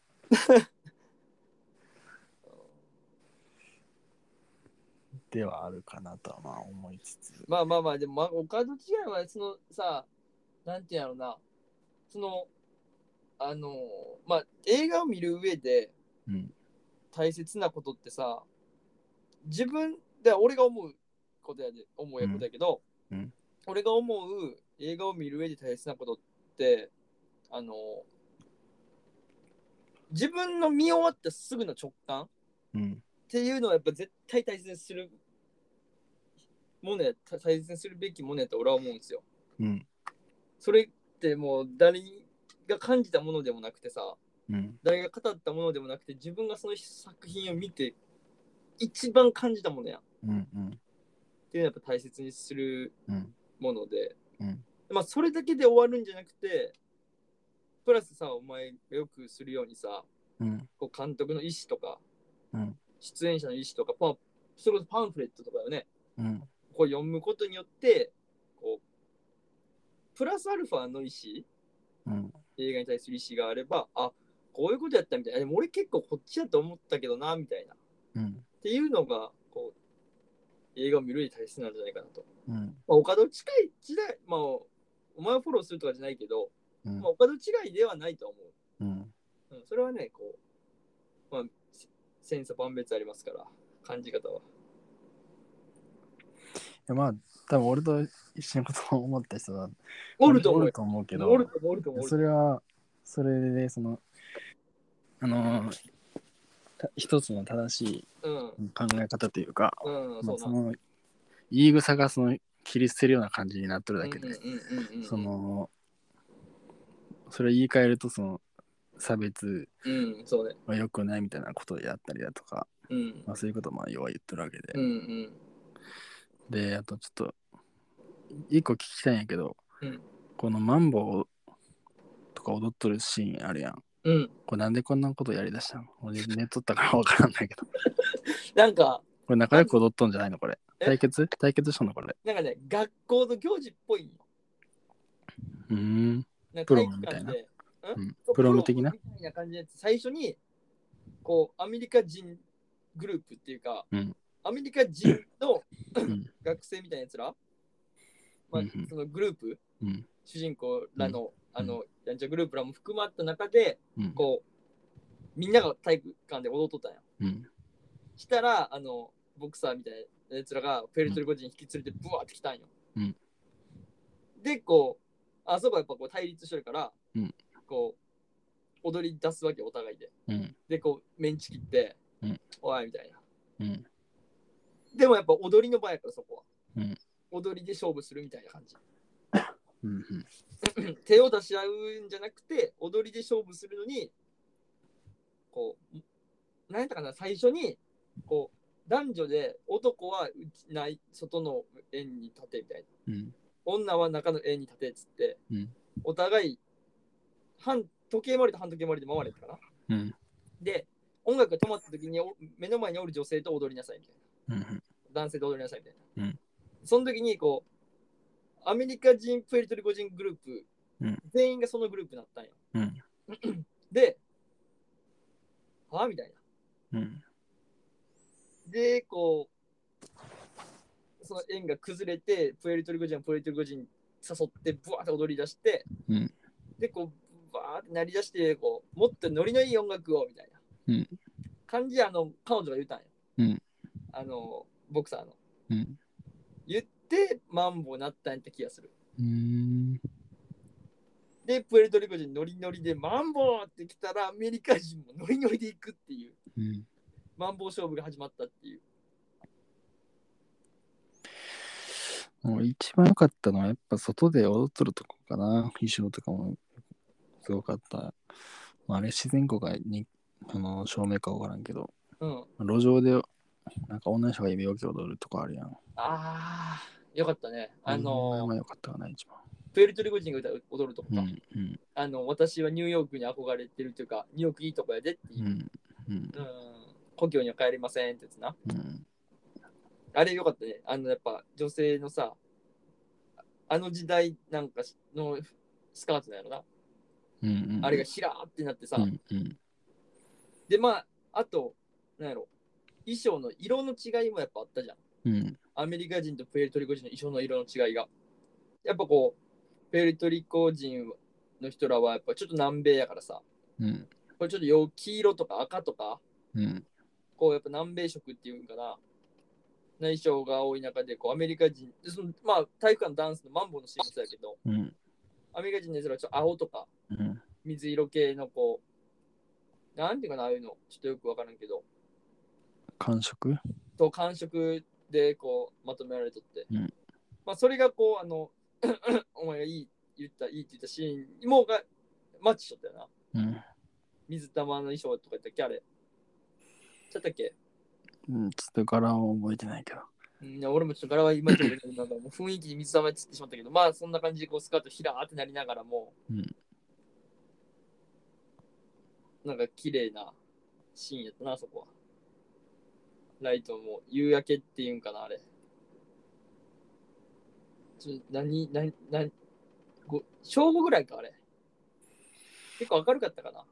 ではあるかなとはまあ思いつつ、 まあまあまあ、でも、お門違いはそのさ、なんていうのな、その、まあ映画を見る上で大切なことってさ、自分で俺が思うことやけど、俺が思う映画を見る上で大切なことって自分の見終わったすぐの直感、っていうのはやっぱ絶対大切にするものや大切にするべきものやと俺は思うんですよ。それってもう誰が感じたものでもなくてさ、誰が語ったものでもなくて自分がその作品を見て一番感じたものや、っていうのはやっぱ大切にするもので、まあそれだけで終わるんじゃなくて、プラスさ、お前がよくするようにさ、こう監督の意思とか、出演者の意思とか、それこそパンフレットとかよね、こう読むことによってこうプラスアルファの意思、映画に対する意思があれば、あ、こういうことやったみたいな、でも俺結構こっちだと思ったけどなみたいな、っていうのがこう映画を見るに大切なんじゃないかなと。まあ、お門近い時代、まあお前をフォローするとかじゃないけど、まあ、お門違いではないと思う。それはね、こう、まあ、千差万別ありますから、感じ方は。 まあ多分俺と一緒のことを思った人はおると思うけど、それはそれで一つの正しい考え方というか、その言い草が切り捨てるような感じになっとるだけで、それを言い換えると差別は良くないみたいなことをやったりだとか、まあ、そういうことをまあ要は言ってるわけで、であとちょっと一個聞きたいんやけど、このマンボウとか踊っとるシーンあるやん、これなんでこんなことやりだしたの？俺寝とったから分からんないけどなんかこれ仲良く踊っとんじゃないの？これ対決したの？これなんかね、学校の行事っぽいよ。 プロムみたいな、プロム的なみたいな感じで、最初にこうアメリカ人グループっていうか、 アメリカ人のうん学生みたいなやつら、まあうんうんそのグループ、 うん主人公らの、 うんやんちゃグループらも含まった中で、 うんこう、みんなが体育館で踊っとったんや。 うんしたら、ボクサーみたいなやつらがプエルトリコ人引き連れてブワーって来たんよ。 うんで、こう、あそこはやっぱこう対立してるから、 うんこう、踊り出すわけ、お互いで。 うんで、こう、メンチ切って、 うんおい、みたいな。 うんでもやっぱ踊りの場やから、そこは。 うん踊りで勝負するみたいな感じ。 うん手を出し合うんじゃなくて、踊りで勝負するのに、こう、何やったかな、最初に、こう、男女で男はない外の円に立てみたいな。 うん女は中の円に立てっつって、 うんお互い時計回りと半時計回りで回れたかな。 うんで、音楽が止まった時に目の前におる女性と踊りなさいみたいな。 うん男性と踊りなさいみたいな。 うんその時にこう、アメリカ人、プエルトリコ人グループ、 うん全員がそのグループになったんよ。 うんで、はみたいな。 うんで、こう、その円が崩れて、プエルトリコ人はプエルトリコ人誘って、ブワーって踊り出して、 うんで、こう、バーって鳴り出して、こう、もっとノリのいい音楽を、みたいなうん感じで、彼女が言ったんよ。 うんボクサーの。 うん言って、マンボウなったんやった気がする。 うんで、プエルトリコ人ノリノリで、マンボウって来たら、アメリカ人もノリノリで行くっていう、 うんマンボウ勝負が始まったっていう。 もう一番良かったのはやっぱ外で踊っとるとこかな。衣装とかもすごかった。まあ、あれ自然光がに照明か分からんけど、 うん。 路上でなんか女の人が指を踊るとこあるやん。 あー、よかったね。 あれは良かったかな、一番。 プエルトリコ人が踊るとこか。 うんうん私はニューヨークに憧れてるというか、ニューヨークいいとこやでっていうう。 んうん故郷には帰りませんってやつな。 うんあれよかったね。やっぱ女性のさ、あの時代なんかのスカートなんやろな。 うんうんあれがひらーってなってさ。 うんうんで、まあ、あと、なんやろ。衣装の色の違いもやっぱあったじゃん。 うんアメリカ人とプエルトリコ人の衣装の色の違いが。やっぱこう、プエルトリコ人の人らはやっぱちょっと南米やからさ。 うんこれちょっと黄色とか赤とか、 うんこうやっぱ南米色っていうんかな。内装が多い中で、こうアメリカ人、まあ体育館のダンスのマンボウのシーンもそうやけど、 うんアメリカ人のやつらはちょっと青とかうん水色系のこう、なんていうかな、ああいうの、ちょっとよくわからんけど、 感触と感触でこうまとめられとって、 うんまあそれがこう、お前がいいって言ったシーンもがマッチしとったよな。 うん水玉の衣装とか言ったっけあれ。ちゃったっけ。 うんちょっと柄は覚えてないけどいや俺もちょっと柄は今ちょっとなんかもう雰囲気に水玉につってしまったけど、まあそんな感じでこうスカートひらーってなりながらも、 うんなんか綺麗なシーンやったな、そこは。ライトも夕焼けっていうんかな、あれ。正午ぐらいか、あれ。結構明るかったかな。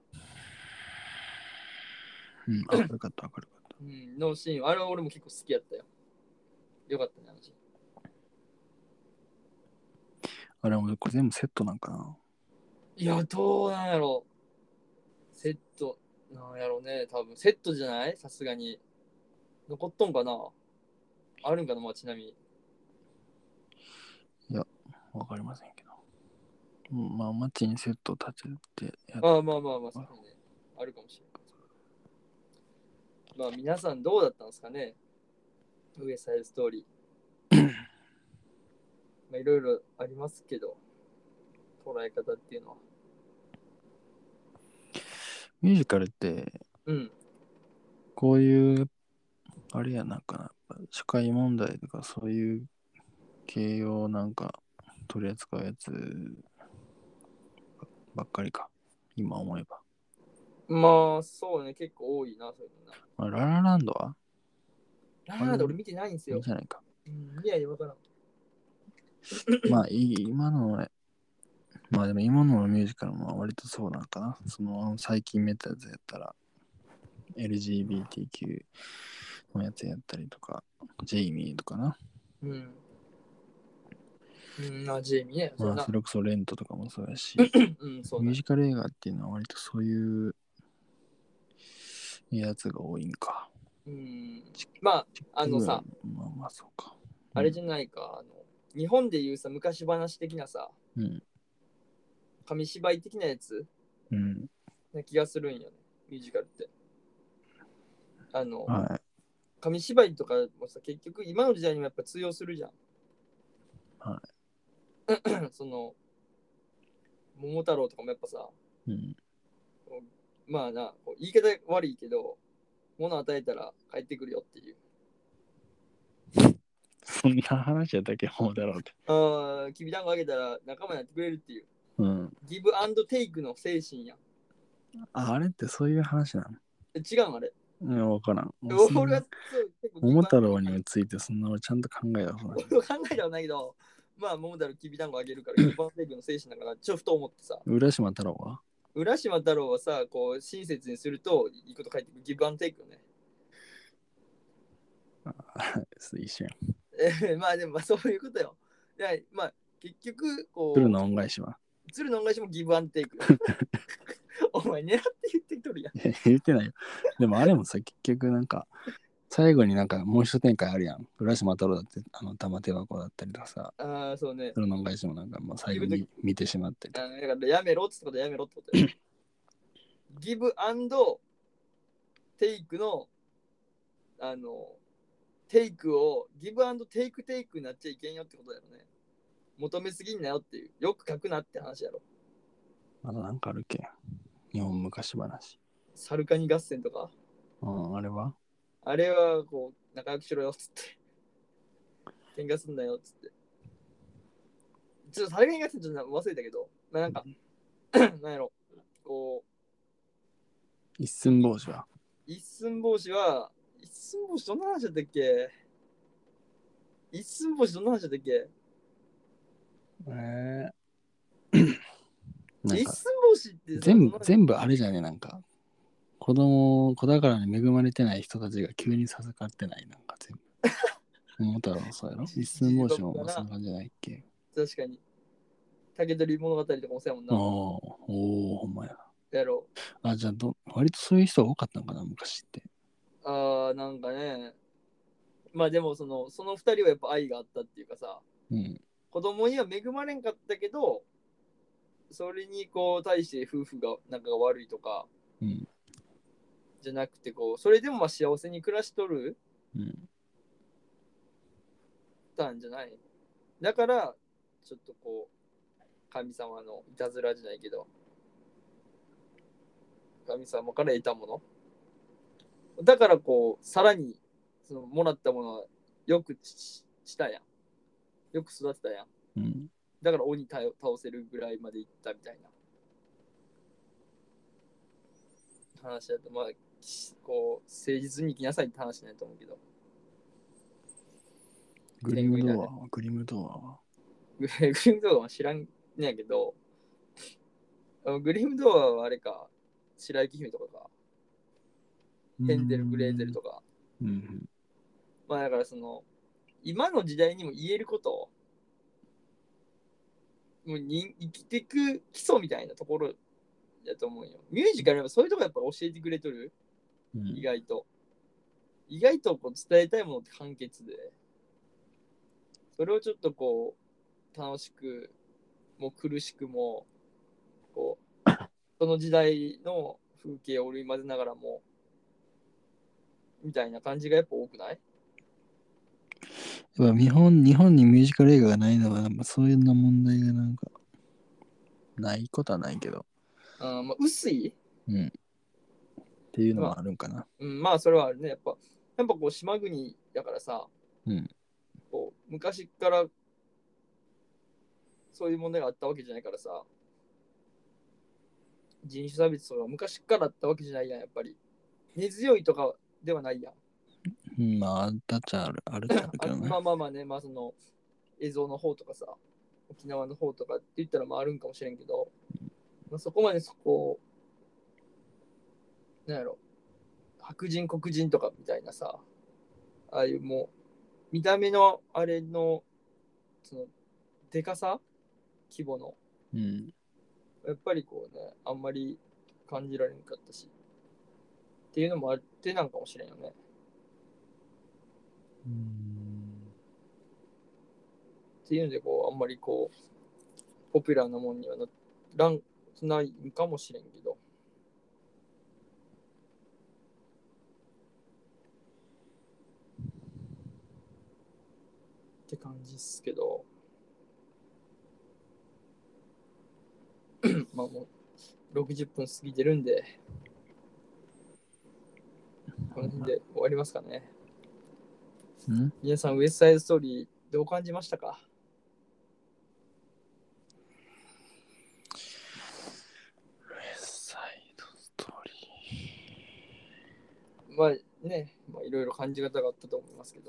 うん明るかった明るかったのシーン、あれは俺も結構好きやったよ。よかったね、あのシーン。 あれもこれ全部セットなんかないや、どうなんやろ。セット、なんやろね、多分セットじゃない、さすがに。残っとんかな、あるんかな、まあ、ちなみに。 いやわかりませんけど、まあ街にセットを立ててやっああ、まあまあまあ、そうね。あるかもしれない。まあ、皆さんどうだったんですかね、ウエストサイドストーリー。まあ、いろいろありますけど、捉え方っていうのは。 ミュージカルってうん。 こういうあれやなんかな、やっぱ社会問題とかそういう系をなんか取り扱うやつばっかりか、今思えば。 まあ、そうね、結構多いな、そういうのな。 まあ、ララランドはララランド俺見てないんですよ。 いいじゃないか。 いやいや、わからん。 まあ今のね、まあでも今のミュージカルも割とそうなんかな。その最近見たやつやったら LGBTQ のやつやったりとか、ジェイミーとかな。 うん。ジェイミーね。 まあ、それこそレントとかもそうやし、 うん、そうミューね。 ジカル映画っていうのは割とそういうやつが多いんか。 まあ、さ、 まあまあそうか。 あれじゃないか、日本でいうさ、昔話的なさ、 うん。 紙芝居的なやつうん。 な気がするんよね、ミュージカルって。 は紙芝居とかもさ、結局今の時代にもやっぱ通用するじゃん。 はその、桃太郎とかもやっぱさ、 い。うん。 まあな、言い方悪いけど、物与えたら帰ってくるよっていう。 そんな話やったっけ、もうだろうって。 きびだんごあげたら仲間になってくれるっていう。 うん。 ギブアンドテイクの精神やん。 あれってそういう話なの？ 違うんあれ。 いや、わからん。 俺はそう結構ギ桃ブアンドテイク太郎についてそんな俺ちゃんと考えたことない。 俺は考えたはないけど、まあ桃太郎きびだんごあげるからギブアンドテイクの精神だからちょっとふと思ってさ。 浦島太郎は浦島太郎はさ、こう親切にするといいこと書いてくるギブアンドテイクよね。 一緒やん。 まあでもまあそういうことよ。でまあ結局こう鶴の恩返しは鶴の恩返しもギブアンドテイクよ。お前狙って言ってきとるやん。 言ってないよ。でもあれもさ、結局なんか、最後になんかもう一展開あるやん。浦島太郎だって、玉手箱だったりとかさ、 ああ、そうね。 鶴の恩返しもなんか、まあ、最後に見てしまったりとか。 だからやめろってことはやめろってことよ。ギブアンドテイクの、テイクを、ギブアンドテイクテイクになっちゃいけんよってことだよね。求めすぎんなよっていう。よく書くなって話やろ。 まだなんかあるっけ、日本昔話。 サルカニ合戦とか。 うん、あれはあれは、こう、仲良くしろよっつって。喧嘩すんなよっつって。ちょっとサルカニ合戦ちょっと忘れたけど、まあ、なんか、なんやろ。こ一寸法師は一寸法師は、一寸法師どんな話だったっけ？一寸法師どんな話だったっけ？ なんか一寸法師ってさ、 全部あれじゃね、なんか子宝に恵まれてない人たちが急に授かってない、なんか全部。桃太郎そうやろ、一寸法師もそんな感じじゃないっけ。 確かに。竹取物語とかもそうやもんな。 おお、ほんまや。 やろあ、じゃあ割とそういう人が多かったのかな、昔って。 う。なんかね。まあでもその二人はやっぱ愛があったっていうかさ、 うん。 子供には恵まれんかったけど、それにこう対して夫婦が仲が悪いとか、 うん。 じゃなくてこう、それでもまあ幸せに暮らしとるうん。 たんじゃない。だから、ちょっとこう、神様のいたずらじゃないけど、神様から得たもの。だからこう、さらに、そのもらったものはよくしたやん。よく育てたやん。 うん。 だから鬼倒せるぐらいまでいったみたいな話だと、まあ、こう、誠実に生きなさいって話ないと思うけど。 グリムドアはグリムドアはグリムドアは知らんねやけど、グリムドアはあれか、白雪姫とかか、ヘンデル、グレーゼルとか。 うん。 まあだからその、今の時代にも言えること、もう生きていく基礎みたいなところだと思うよ。ミュージカルはそういうとこやっぱ教えてくれとる、 うん、 意外と。意外とこう伝えたいものって簡潔で、それをちょっとこう、楽しくも苦しくも、こう、その時代の風景を織り交ぜながらも、みたいな感じがやっぱ多くない？ やっぱ日本にミュージカル映画がないのは、そういうな問題がなんか、ないことはないけど。 まあ、薄い？ うん。っていうのもあるんかな。 まあ、それはあるね。やっぱこう、島国だからさ、 うん。 こう昔からそういう問題があったわけじゃないからさ、人種差別とか昔からあったわけじゃないやん、やっぱり。根強いとかではないやん。 うん、まあ、あったっちゃあるっちゃあるけどね。 まあまあまあね、まあその、映像の方とかさ、沖縄の方とかって言ったらまああるんかもしれんけど、まあ、そこまでそこ、なんやろ、白人黒人とかみたいなさ、 ああいうもう、見た目のあれの、その、でかさ規模の。 うん。 やっぱりこうね、あんまり感じられなかったし。っていうのもあってなんかもしれんよね。っていうので、こう、あんまりこう、ポピュラーなもんにはないんかもしれんけど。って感じっすけど。まあもう、60分過ぎてるんで、この辺で終わりますかね。皆さん、ウエストサイドストーリー、どう感じましたか？ ウエストサイドストーリまあね、いろいろ感じ方があったと思いますけど。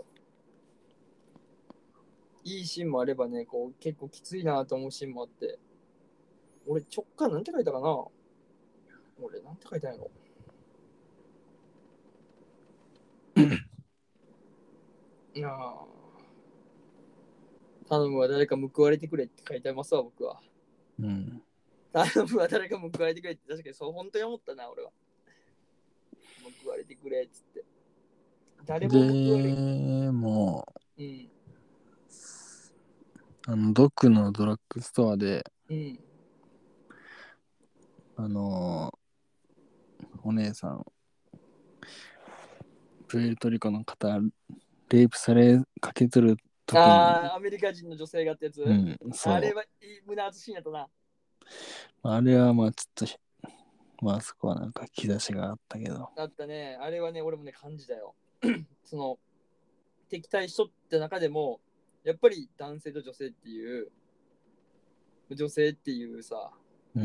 いいシーンもあればね、こう結構きついなと思うシーンもあって。俺、直感なんて書いたかな？俺、なんて書いたんやろ？いや頼むわ、誰か報われてくれって書いてますわ、僕は。 ー。うん。 頼むわ、誰か報われてくれって確かにそう、本当に思ったな、俺は。報われてくれっつって。誰も報われでも、 うん。 ドックのドラッグストアで、 うん。 お姉さん、プエルトリコの方、レイプされかけとる時に、 ああ、アメリカ人の女性がってやつ、 うん、そう。 あれはいい胸熱シーンやったな。 あれはまあちょっと、まあそこはなんか兆しがあったけど。 だったね。あれはね、俺もね、感じたよ。その、敵対しとった中でも、やっぱり男性と女性っていう、女性っていうさ、 うん。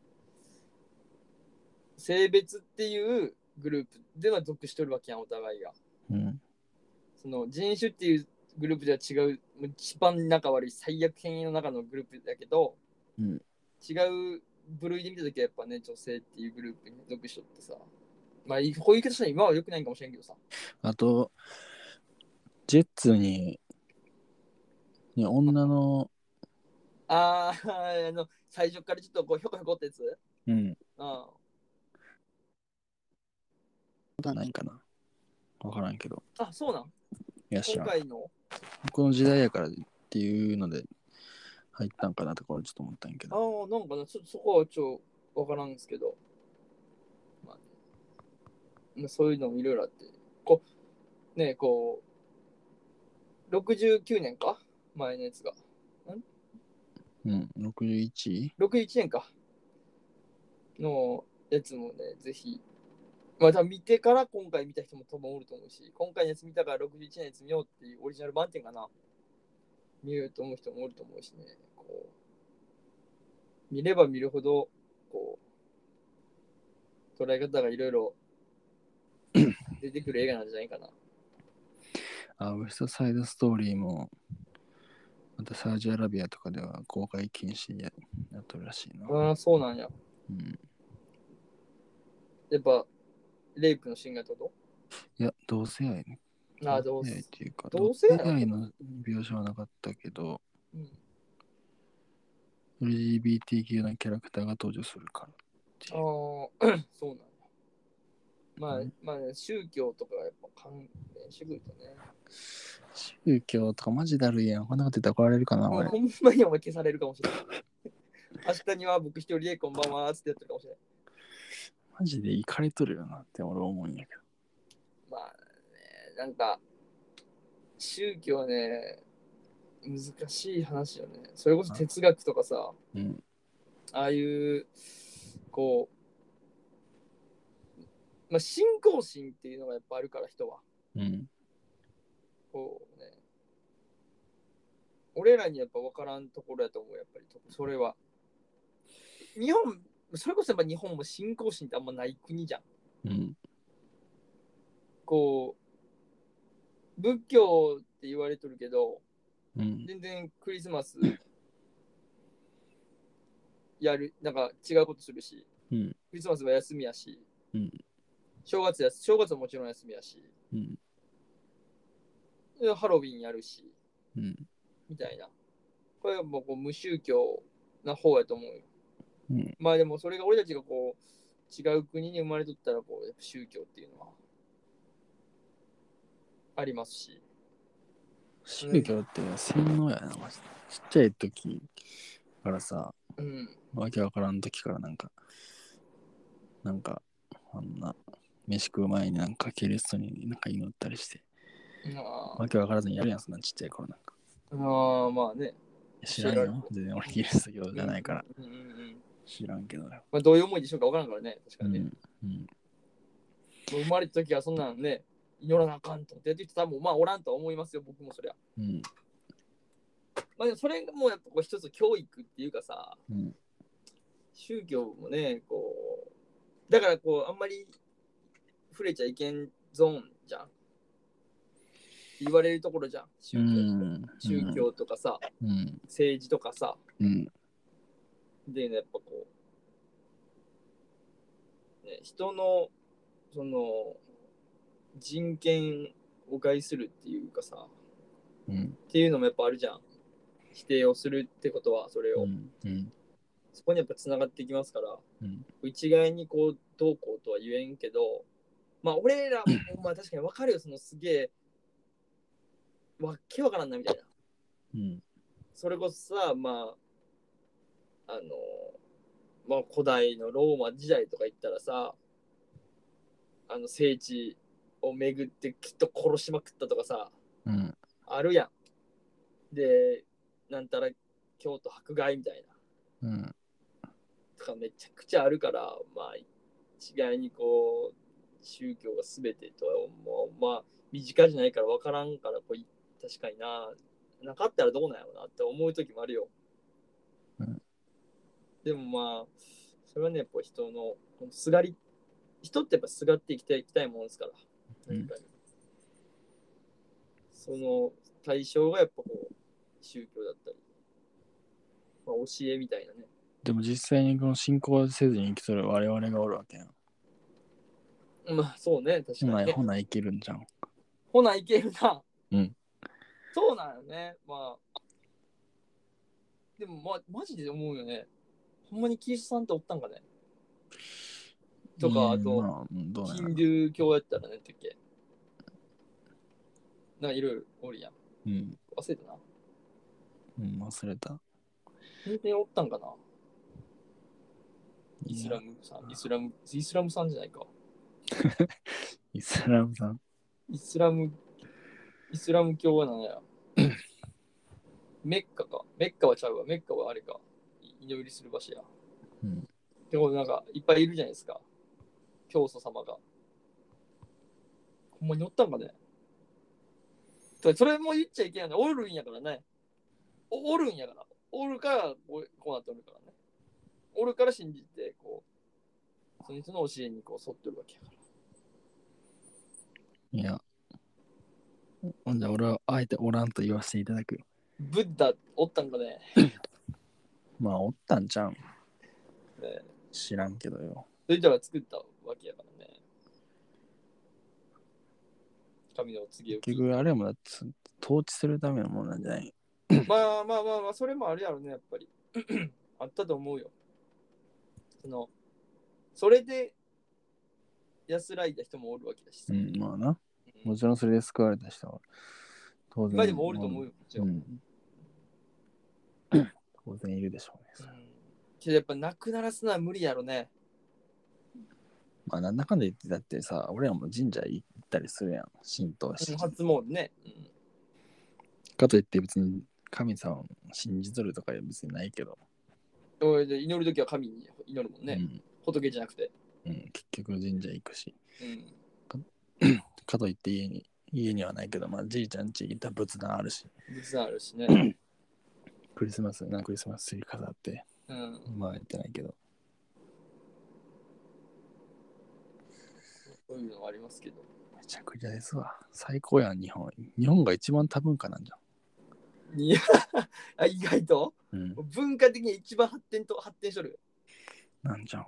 性別っていうグループでは属しとるわけやん、お互いが。 うん。 その人種っていうグループでは違う、一番仲悪い最悪変異の中のグループだけど、 うん、 違う部類で見たときはやっぱね、女性っていうグループに属しとってさ、まあ、こういう言い方したら今は良くないかもしれんけどさ。 あと、ジェッツに女の、 最初からちょっとこうひょこひょこってやつ。 うん、 あことはないんかな。わからんけど。 あ、そうなんいや、知らん。 今回の。 この時代やからっていうので入ったんかなとか俺ちょっと思ったんやけど。 ああ、なんかな、そこはちょっとわからんですけど、まあ、そういうのもいろいろあって、こう、ね、こう、69年か前のやつが。 うん、61? 61年かのやつもね、ぜひ、まあ、多分見てから今回見た人も多分おると思うし、今回のやつ見たから61年のやつ見ようっていうオリジナル版っていうかな、見ようと思う人もおると思うしね、こう、見れば見るほど、こう、捉え方がいろいろ出てくる映画なんじゃないかな。 ウエストサイドストーリーも、またサウジアラビアとかでは公開禁止やっとるらしいな。 ああ、そうなんや。 うん、 やっぱ、レイプのシーンがってこいや、同性愛ね。 と？ああ、 同性愛っていうか、同同性愛性愛の描写はなかったけど、 うん、 LGBTQ なキャラクターが登場するからってあいう。 あ、そうなんや。まあ、ね、宗教とかやっぱ関連してくるとね。 宗教とかマジだるいやん。こんなこと言ったら怒られるかな、俺。 もうほんまにお前消されるかもしれない。明日には僕一人でこんばんはってやってるかもしれない。 マジでイかれとるよなって俺思うんやけど。 まあね、なんか、宗教ね、難しい話よね。それこそ哲学とかさ、 うん。 ああいう、こう、まあ、信仰心っていうのがやっぱあるから人は。 うん。 こうね、俺らにやっぱ分からんところやと思う、やっぱり。それは。日本、それこそやっぱ日本も信仰心ってあんまない国じゃん。 うん。 こう、仏教って言われとるけど、 うん。 全然クリスマスやる、なんか違うことするし、 うん。 クリスマスは休みやし、 うん。 正月はもちろん休みやし、 うん。 でハロウィンやるし、 うん。 みたいな。これはもうこう無宗教な方やと思うよ。 うん。 まあでもそれが俺たちがこう違う国に生まれとったらこうやっぱ宗教っていうのはありますし。 宗教って洗脳やな、マジで。ちっちゃい時からさ、 うん。 わけわからん時からなんか、あんな、飯食う前になんかキリストになんか祈ったりして、 あわけわからずにやるやん、そんなちっちゃい頃なんか。 あ、まあね。 知らんよ。全然俺キリスト教じゃないから。 うんうんうん。 知らんけどよ。 まあどういう思いでしょうかわからんからね。確かにね。 うん。 もう生まれた時はそんなんね、祈らなあかんとってやってる人多分まあおらんとは思いますよ、僕もそりゃ。 うん。 まあでもそれがもうやっぱこう一つ教育っていうかさ、 うん。 宗教もね、こう、だからこう、あんまり触れちゃいけんゾーンじゃん。言われるところじゃん。宗教とかさ、 うん。 政治とかさ。 うん。 で、ね、やっぱこう、ね、人の、その、人権を害するっていうかさ、 うん。 っていうのもやっぱあるじゃん。否定をするってことは、それを。 うん。 そこにやっぱつながっていきますから、 うん。 一概にこう、どうこうとは言えんけど、まあ、俺らも、まあ確かに分かるよ、そのすげえ、わっけわからんなみたいな。 うん。 それこそさ、まあ、まあ、古代のローマ時代とか言ったらさ、聖地を巡ってきっと殺しまくったとかさ、 うん。 あるやん。で、なんたら京都迫害みたいな。 うん。 とかめちゃくちゃあるから、まあ、一概にこう、宗教が全てとはもう、まあ、身近じゃないから分からんから、こう確かになかったらどうなんやろうなって思う時もあるよ。 うん。 でもまあ、それはね、やっぱ人のすがり、人ってやっぱすがっていきたいもんですから。何かに。その対象がやっぱこう、宗教だったり、まあ、教えみたいなね。 でも実際にこの信仰せずに生きとる我々がおるわけやん。 まあそうね、確かにね。 ほないけるんじゃん。 ほないけるな。 うん。 そうなんよね。まあ、でもマジで思うよね。ほんまにキリストさんっておったんかね。とか、あと、 まあ、どうなんやろヒンドゥー教やったら何てっけ。なんかいろいろおるやん。 うん。 忘れたな。 うん、忘れた。 本当におったんかな。イスラムさんじゃないか。 イスラムさん。 イスラム教は何や。メッカか。メッカはちゃうわ。メッカはあれか。祈りする場所や。 うん。 でもなんかいっぱいいるじゃないですか。教祖様が。ほんまにおったんかね。それも言っちゃいけないの。おるんやからね。おるんやから。おるからこうなっておるからね。おるから信じて、こう、その人の教えにこう沿ってるわけやから。 いや、ほんじゃ俺はあえておらんと言わせていただく。 ブッダおったんかね。 まあ、おったんちゃうん。 ね知らんけどよ。 それじゃあ作ったわけやからね。神の告げを聞いて。 結局、あれもだって統治するためのものなんじゃない。 まあまあまあまあ、それもあるやろね、やっぱり。あったと思うよ。それで安らいだ人もおるわけだしさ。 うん、まあな。もちろんそれで救われた人は当然。 今でもおると思うよ、もちろん。 当然いるでしょうね。 けどやっぱなくならすのは無理やろね。 まあなんだかんだ言ってだってさ、俺らも神社行ったりするやん、神道し。 初詣ね。 かといって別に神様を信じとるとか別にないけど。 祈るときは神に祈るもんね。仏じゃなくて。 結局神社行くし。 うん、 かといって家にはないけど、まあじいちゃん家行ったら仏壇あるし。 仏壇あるしね。 クリスマスツリー飾って。まあやってないけど。 そういうのはありますけど。 めちゃくちゃですわ。最高やん、日本。日本が一番多文化なんじゃん。いや意外と、文化的に一番発展しとる。 なんじゃん。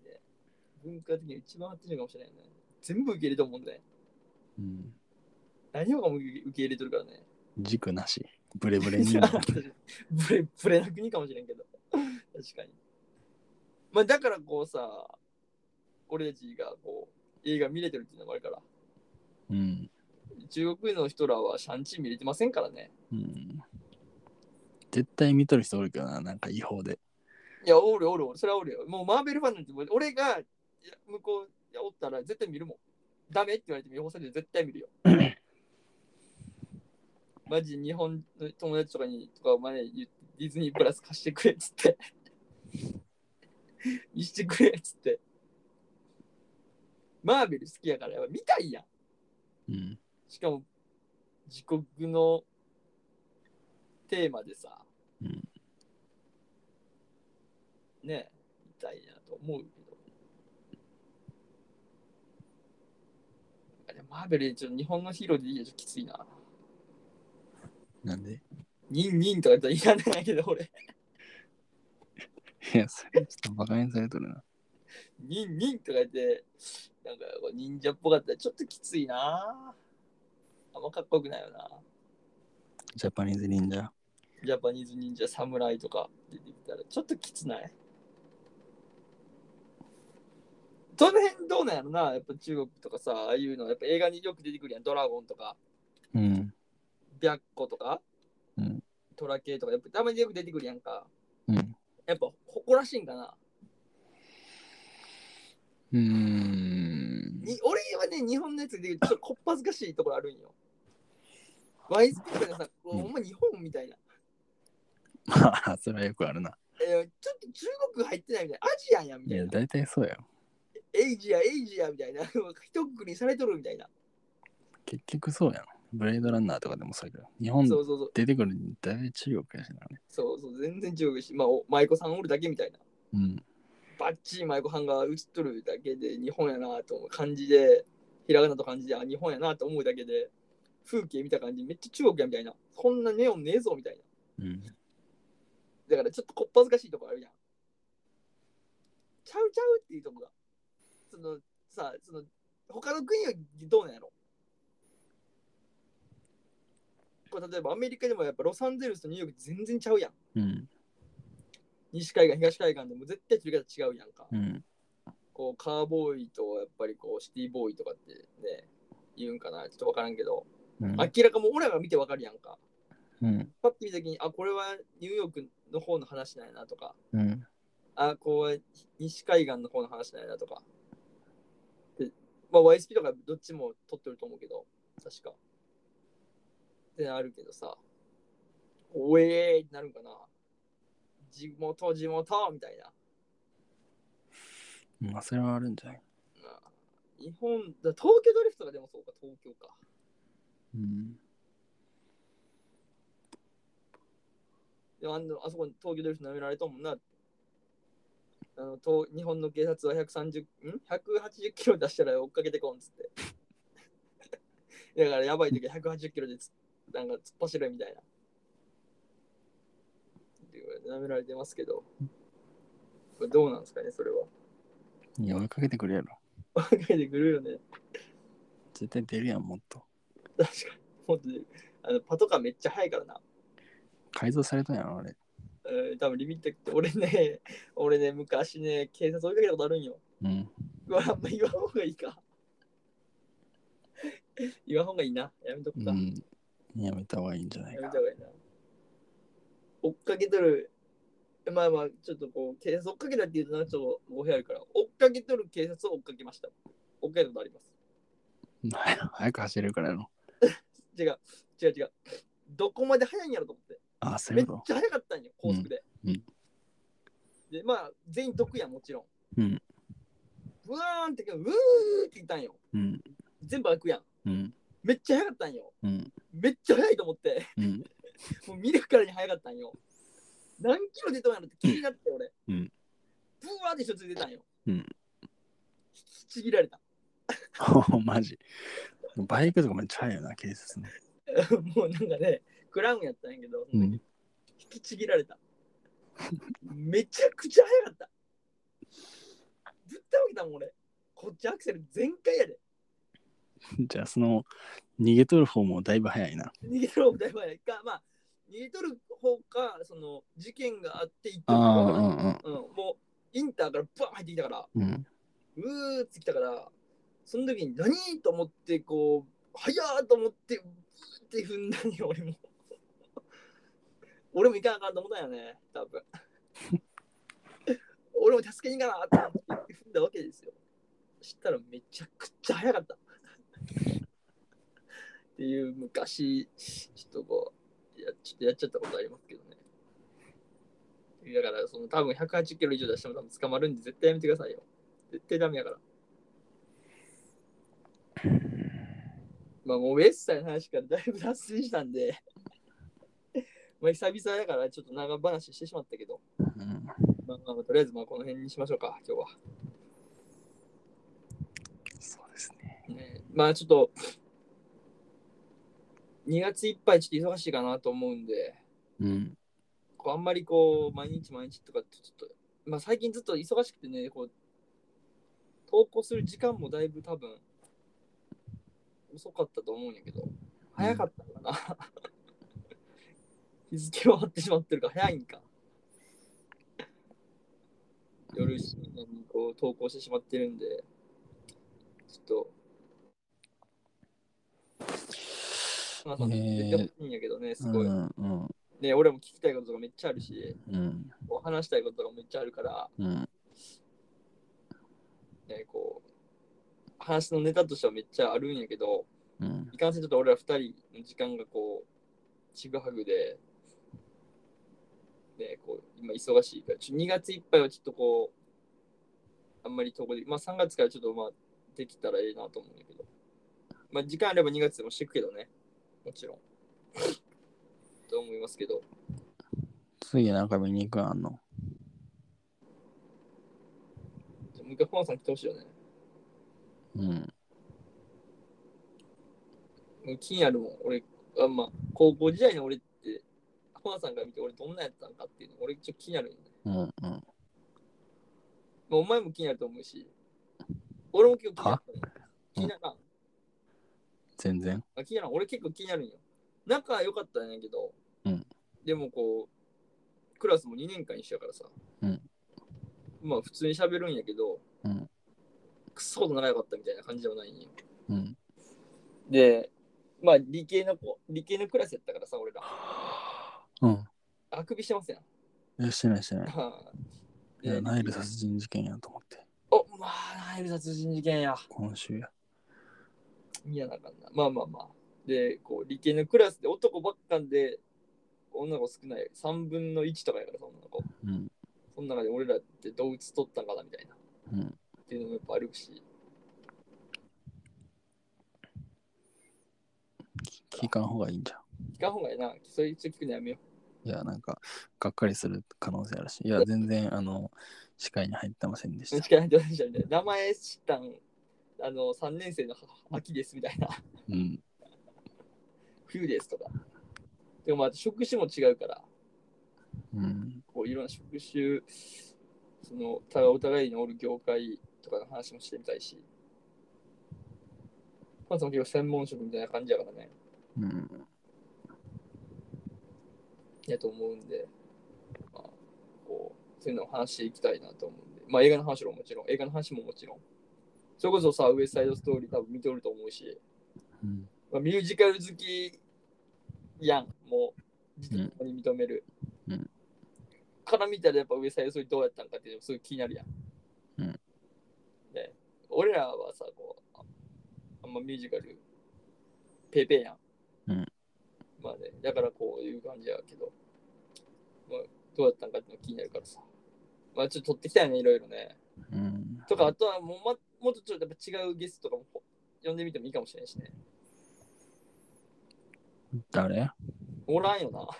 文化的に一番発展してるかもしれないね。全部受け入れると思うんだよ。 何をかも受け入れてるからね。 軸なし。ブレブレ人間。 ブレな国かもしれんけど。確かに。まあだからこうさ、俺たちがこう映画見れてるっていうのもあるから。 うん。 中国の人らはシャンチー見れてませんからね。 うん。絶対見とる人おるけどな、なんか違法で。 いや、おる、それはおるよ。もうマーベルファンなんて、俺が向こうおったら絶対見るもん。ダメって言われても違法されて絶対見るよ。マジ日本の友達とかに前言ってディズニープラス貸してくれっつって見してくれっつってマーベル好きやからやっぱ見たいやん。 うん。 しかも自国のテーマでさ、 うん。 ね見たいなと思うけど。マーベルちょっと日本のヒーローでいいやちょっときついな。 なんで？ ニンニンとか言ったらいらないけど俺。 いや、それちょっとバカにされとるな。 ニンニンとか言ってなんか忍者っぽかったらちょっときついな。あんまかっこよくないよな。 ジャパニーズ忍者。 ジャパニーズ忍者侍とか出てきたらちょっときつない？その辺どうなんやろな。やっぱ中国とかさ、ああいうのやっぱ映画によく出てくるやん。ドラゴンとかうん。 白虎とか、 うん。 トラ系とかやっぱたまによく出てくるやんか。 うん。 やっぱ誇らしいんかな。俺はね、日本のやつでちょっとこっぱずかしいところあるんよ。ワイスピとかでさ、ほんま日本みたいな。 まあ、それはよくあるな。 ちょっと中国入ってないみたいな。アジアやんみたいな。 いや、大体そうやよ。 エイジアみたいな。一括りにされとるみたいな。 結局そうやん。ブレードランナーとかでもそうやけど、日本そう出てくるの大体中国やしなね。 そう、全然中国し、まあ、舞妓さんおるだけみたいな。 うん。 バッチリ舞妓さんが映っとるだけで日本やなと思う感じで、ひらがなと感じで、あ、日本やなと思うだけで、風景見た感じ、めっちゃ中国やみたいな。こんなネオンねえぞみたいな。 うん。 だからちょっとこっぱずかしいとこあるやん。ちゃうっていうとこが。そのさ、他の国はどうなんやろ。これ例えばアメリカでもやっぱロサンゼルスとニューヨーク全然ちゃうやん。 うん。 西海岸、東海岸でも絶対撮り方違うやんか。 うん。 こうカーボーイとやっぱりこうシティボーイとかってね、言うんかな、ちょっとわからんけど、 うん。 明らかもう俺らが見てわかるやんか。 うん。 パッと見たときに、あ、これはニューヨークの方の話なんやなとか、 うん。 あ、こう西海岸の方の話なんやなとか。で、まあ YSP とかどっちも撮ってると思うけど、確か。ってあるけどさ、おえーってなるんかな。地元みたいな。 まあ、それはあるんじゃない？ まあ、日本、東京ドリフトがでもそうか、東京か。 うん。 でもあそこに東京ドリフト舐められたもんな。日本の警察は180キロ出したら追っかけてこんっつって。だからやばい時は180キロでなんか突っ走るみたいな。舐められてますけど。これどうなんですかね、それは。 いや、追いかけてくれやろ。 追いかけてくるよね。 絶対出るやん、もっと。 確かに。もっと出る。パトカーめっちゃ速いからな。 改造されたんやろ、あれ。 多分リミットって俺ね、昔ね、警察追いかけたことあるんよ。 うん。 あんま言わん方がいいか。言わん方がいいな。やめとくか。 うん。やめた方がいいんじゃないかやめた。方がいいな。追っかけとる。まあまあ、ちょっとこう、警察追っかけたっていうと、ちょっと語弊あるから、追っかけとる警察を追っかけました。追っかけたことあります。 早く走れるからやろ。 違う。どこまで速いんやろと思って。 あ、そういめっうこちゃ速かったんよ、高速で。 うんで、まあ、全員得やん、もちろん。 うん。 うわーんって、うーって言ったんよ。 うん。 全部開くやん。 うん。 めっちゃ速かったんよ。 うん。 めっちゃ速いと思って。 うん。 もう見るからに速かったんよ。何キロ出たんやろって気になって俺。 うん。 ブワーって一つ出たんよ。 うん。 引きちぎられた。 マジ。バイクとかめっちゃ速いよな、警察の。 もうなんかね、クラウンやったんやけど、 うん。 引きちぎられた。めちゃくちゃ速かった。ぶったわけたもん俺。こっちアクセル全開やで。 じゃあ、その逃げとる方もだいぶ早いな。 逃げとる方だいぶ早いか、まあ、逃げとる方か、その事件があって行ってるか分からん。もうインターからバーン入ってきたから、うーってきたから、その時に何と思って、こう、早ーと思って、ブーって踏んだんよ、俺も。俺も行かなあかんと思ったよね、多分。俺も助けに行かなと思って踏んだわけですよ。したらめちゃくちゃ早かった。っていう昔、ちょっとこう、ちょっとやっちゃったことありますけどね。だから、その多分180キロ以上出しても多分捕まるんで絶対やめてくださいよ。絶対ダメやから。まあもうウェッサイの話からだいぶ脱線したんで、まあ久々だからちょっと長話してしまったけど、まあとりあえずまあこの辺にしましょうか、今日は。 そうですね。 まあちょっと、2月いっぱいちょっと忙しいかなと思うんで、こうあんまりこう毎日毎日とかちょっと、まあ最近ずっと忙しくてね、こう投稿する時間もだいぶ多分遅かったと思うんやけど、早かったのかな。日付終わってしまってるから早いんか。夜深夜にこう投稿してしまってるんで、ちょっと、まあ、出てほしいんやけどね、すごい。ね、俺も聞きたいことがめっちゃあるし、こう話したいことがめっちゃあるから、ね、こう、話のネタとしてはめっちゃあるんやけど、いかんせんちょっと俺ら2人の時間がこう、ちぐはぐで、ね、こう今忙しいから、2月いっぱいはちょっとこう、あんまり投稿で、まあ3月からちょっとまあできたらいいなと思うんだけど、まあ時間あれば2月でもしていくけどね、もちろん。と思いますけど。 次なんか見に行くあんの？ もう一回フォンさん来てほしいよね。気になるもん。俺、まあ、高校時代に俺って、フォンさんから見て俺どんなやったんかっていうの、俺ちょっと気になるよね。まあ、お前も気になると思うし、俺も結構気になったの。気にならん。 全然。 気にならん。俺結構気になるんよ。仲良かったんやけど、でもこう、クラスも2年間一緒やからさ、まあ普通に喋るんやけど、クソほど仲良かったみたいな感じではないんよ。で、まあ理系のクラスやったからさ、俺ら。あくびしてますやん。 してないしてない。いや、ナイル殺人事件やと思って。 まあ、ナイル殺人事件や。 今週や。 いや、なかんな。まあまあまあ。で、こう、理系のクラスで男ばっかで、女の子少ない。3分の1とかやから、そんな子。その中で俺らってどう映っとったんかなみたいな。っていうのもやっぱあるし。 聞かん方がいいんじゃん。 聞かん方がいいな。それ一応聞くのやめよう。いや、なんか、がっかりする可能性あるし。いや、全然、視界に入ってませんでした。 視界に入ってませんでしたみたいな。名前知ったん、3年生の秋ですみたいな。冬ですとか。でもまあ、職種も違うから。こういろんな職種、そのお互いにおる業界とかの話もしてみたいし。まあ、その結構専門職みたいな感じやからね。やと思うんで、まあ、こう、そういうのを話していきたいなと思うんで。まあ映画の話ももちろん、それこそさ、ウエストサイドストーリー多分見とると思うし、まあ、ミュージカル好きやん、もう、実に認める。から見たらやっぱウエストサイドストーリーどうやったんかっていうのもすごい気になるやん。で、俺らはさ、こう、あんまミュージカル、ペーペーやん。まあね、だからこういう感じやけど、まあ、どうやったんかっていうの気になるからさ。まあちょっと撮ってきたよね、いろいろね。とか、あとはもっとちょっとやっぱ違うゲストとかも呼んでみてもいいかもしれないしね。 誰？ おらんよな。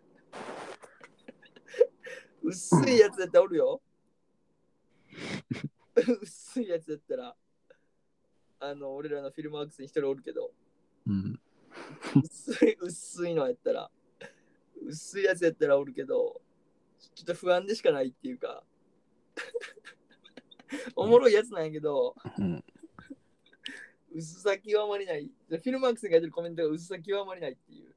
薄いやつだったらおるよ。薄いやつだったら、俺らのフィルマークスに一人おるけど、薄いのやったら、薄いやつやったらおるけど、ちょっと不安でしかないっていうか、おもろいやつなんやけど、 薄さ極まりない。フィルマークスが書いてるコメントが薄さ極まりないっていう。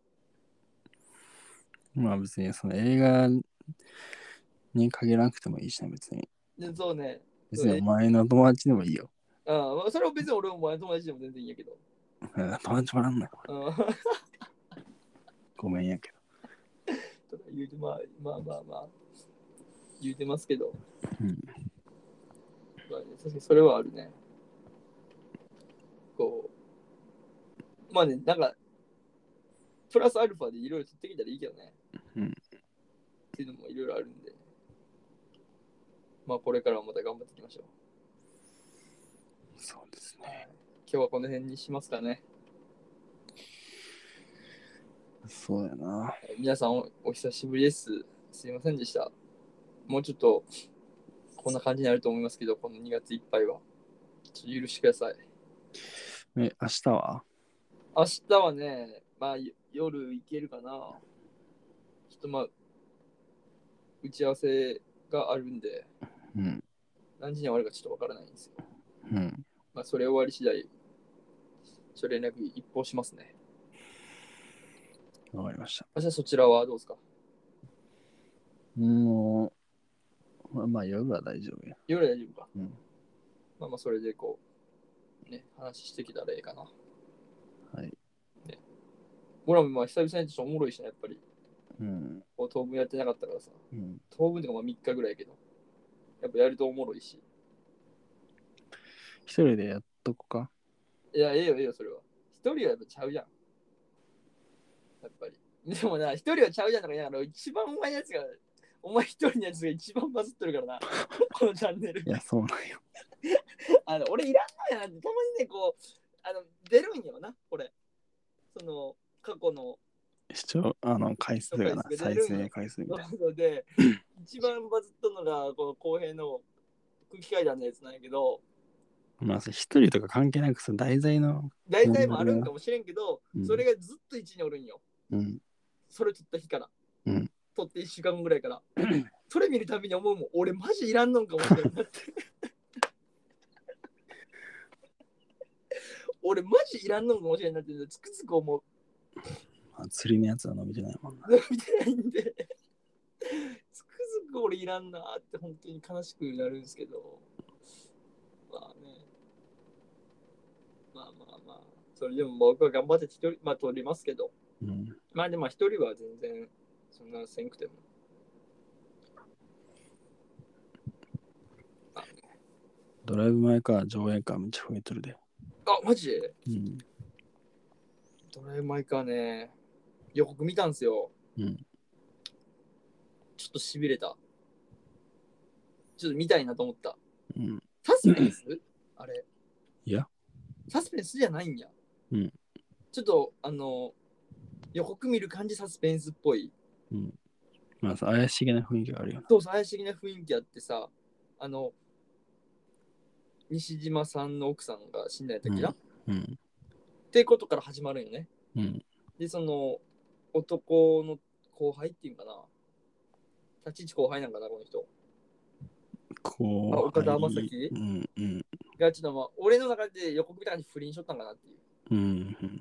まあ別にその映画に限らなくてもいいしね、別に。 でそうね。 別にお前の友達でもいいよ。 ああ、まあ、それは別に俺も友達でも全然いいんやけど。 友達もらんない。 あごめんやけとか言うて、まあ言うてますけど。 うんまあね、確かにそれはあるね。こう。まあね、なんか、プラスアルファでいろいろ取ってきたらいいけどね。 うんっていうのもいろいろあるんで。まあこれからもまた頑張っていきましょう。 そうですね。 今日はこの辺にしますかね。 そうやな。 皆さんお久しぶりです。すいませんでした。もうちょっとこんな感じになると思いますけど、この2月いっぱいは。ちょっと許してください。 明日は明日はね、まあ夜行けるかな。ちょっとまあ、打ち合わせがあるんで、 うん。 何時に終わるかちょっとわからないんですよ。 うん。 まあそれ終わり次第、ちょ連絡一報しますね。 わかりました。 明日そちらはどうですか？ もう、まあ夜は大丈夫や。 夜は大丈夫か。 うん。 まあそれでこう、ね、話してきたらいいかな。 はい。 俺もまあ久々にちょっとおもろいしね、やっぱり。 うん。 こう当分やってなかったからさ。 うん。 当分とかまあ3日ぐらいやけど。やっぱやるとおもろいし。 一人でやっとこか。 いや、ええよ、ええよ、それは。一人はやっぱちゃうじゃん。やっぱり。でもな、一人はちゃうじゃんとか言いながら、一番うまいやつが、お前一人のやつが一番バズってるからな。このチャンネル。 いや、そうなんよ。 俺いらんのやなって、たまにね、こう、出るんよな、これ。その、過去の回数がな、再生回数みたいな。 ので、一番バズったのが、この公平の空気階段のやつなんやけど、 まあ、一人とか関係なくさ、題材の。 大体もあるんかもしれんけど、 うん、 それがずっと1におるんよ。 うん。 それ撮った日から。 うん。 撮って1週間ぐらいから。それ見るたびに思うもん、俺マジいらんのんかもしれんなって。俺マジいらんのんかもしれんなってつくづく思う。 まあ、釣りのやつは伸びてないもんな。 見てないんで。つくづく俺いらんなって本当に悲しくなるんですけど。まあね。まあまあまあ。それでも僕は頑張って一人、まあ撮りますけど。 うん。 まあでも一人は全然そんなせんくても。 ドライブ・マイ・カー上映会めっちゃ増えてるで。 あ、マジで？ うん。 ドライブ・マイ・カーね。予告見たんすよ。 うん。 ちょっとしびれた。ちょっと見たいなと思った。 うん。 サスペンスあれ。 いや。 サスペンスじゃないんや。 うん。 ちょっと、予告見る感じサスペンスっぽい。 うん。まあさ、怪しげな雰囲気があるよな。 そうそう、怪しげな雰囲気あってさ、西島さんの奥さんが死んだんやったっけな、 うん。 っていうことから始まるんよね。 うん。 で、その、男の後輩っていうかな。立ち位置後輩なんかな、この人。岡田将生、 うんうん、 がちょっとまあ、俺の中で予告見た感じ不倫しとったんかなっていう。 うん、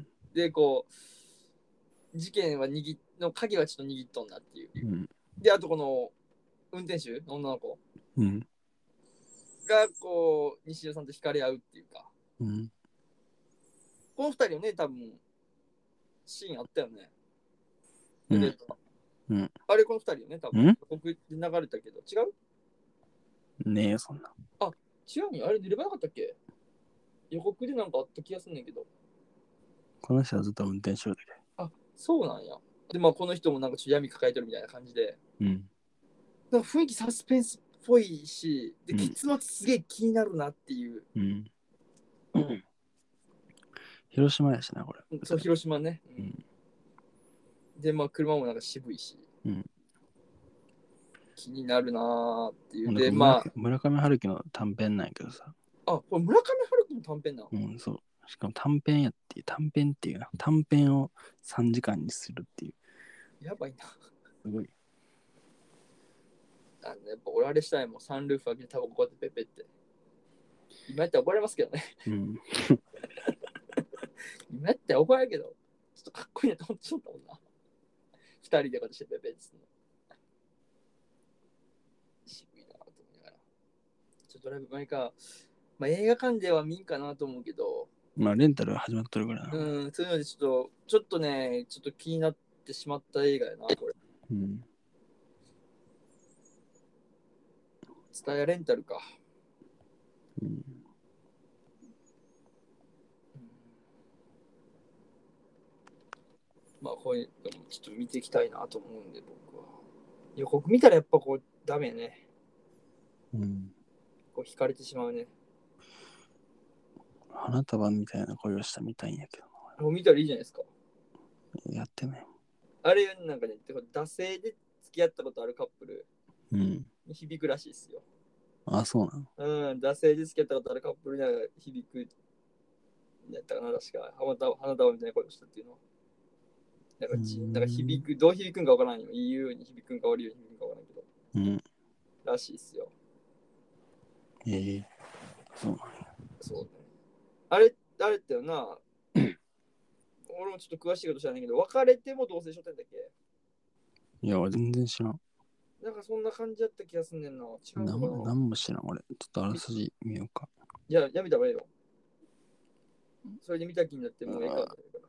で、こう、事件はの鍵はちょっと握っとんなっていう。 うん、 で、あとこの、運転手の女の子うん、 が、こう、西尾さんと惹かれ合うっていうか、 うん、 この二人はね、多分、シーンあったよね。 うんで、 うん、 あれこの二人よね、多分。予告で流れたけど、違う？ ねえよ、そんな。 あ、違うにあれ出ればなかったっけ？予告でなんかあった気がすんねんけど。 この人はずっと運転手だけ。 あ、そうなんや。で、まあ、この人もなんかちょっと闇抱えてるみたいな感じで。 うん。 なんか雰囲気サスペンスっぽいし、で、 うん、 結末すげえ気になるなっていう。 うん。広島やしな、これ。 そう、広島ね。 うん。 で、まあ、車もなんか渋いし。 うん。 気になるなーっていう。 で、 まあ、 村上春樹の短編なんやけどさ。 あ、これ村上春樹の短編なの？ うん、そう。しかも短編やっていう、短編っていうな。短編を3時間にするっていう。 やばいな。 すごい。 やっぱ俺あれしたいもん。サンルーフ開けてタバコこうやってペッペって。今やったら怒られますけどね。 うん。 今やったら怒られるけど、ちょっとかっこいいなと思ってしまったもんな。二人でことしてて、別に。渋いなと思いながら。ちょっとドライブ前か。まあ映画館では見んかなと思うけど、 まあ、レンタル始まっとるからな。 うん、そういうのでちょっとね、ちょっと気になってしまった映画やな、これ。 うん。 ツタヤレンタルか。 うん。 うんまあ、こういうのもちょっと見ていきたいなと思うんで、僕は。予告見たらやっぱこう、ダメね。 うん。 こう、惹かれてしまうね。 花束みたいな恋をしたみたいんやけど。 もう見たらいいじゃないですか。 やってない。 あれ、なんかね、惰性で付き合ったことあるカップルうん。 に響くらしいですよ。 あ、そうなの。 うん、惰性で付き合ったことあるカップルには響くやったかな、確か。花束みたいな声をしたっていうのは。なんか響く、どう響くんかわからんよ。いいように響くんか悪いように響くんかわからんけど。 うん。 らしいっすよ。 そうなんや。 そうね。あれってよな、俺もちょっと詳しいこと知らないけど、別れても同棲しとったんだっけ。 いや、俺全然知らん。 なんかそんな感じだった気がすんねんな。違うのかな。 なんも知らん、俺。ちょっとあらすじ見ようか。 いや、やめた方がいいよ。それで見た気になってもういいかと思うから。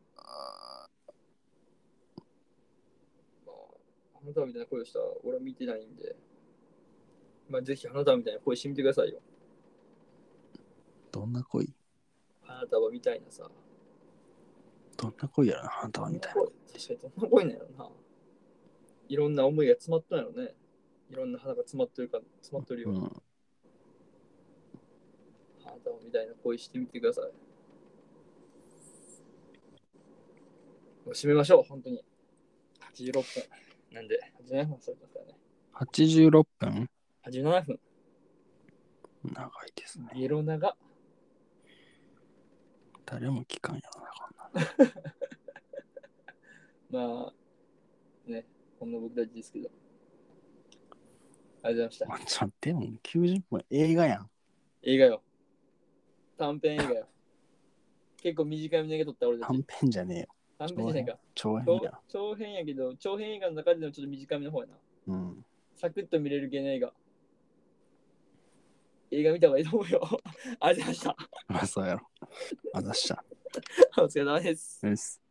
まあ、花束みたいな声をした俺は見てないんで、まあ、ぜひ花束みたいな声してみてくださいよ。 どんな恋花束みたいなさ。 どんな恋やろな、花束みたいな。 確かにどんな声なんやろな。いろんな思いが詰まったんやろね。いろんな花が詰まってるよ。 うん。 花束みたいな声してみてください。もう締めましょう、本当に。86分。なんで、87分それますからね。 86分 87分。 長いですね。 ゲロ長。 誰も聞かんやろな、こんなまあ、ね、こんな僕たちですけど。ありがとうございました。 まあ、ちょっとでも90分映画やん。 映画よ。短編映画よ。結構短い映画撮った俺たち。 短編じゃねえよ。 短編じゃないか。 長編や。 長編やけど、長編映画の中でのちょっと短めの方やな。 うん。 サクッと見れる系の映画。映画見た方がいいと思うよ。ありがとうございました。 まあそうやろ。あざっしゃ。 お疲れ様です。 です。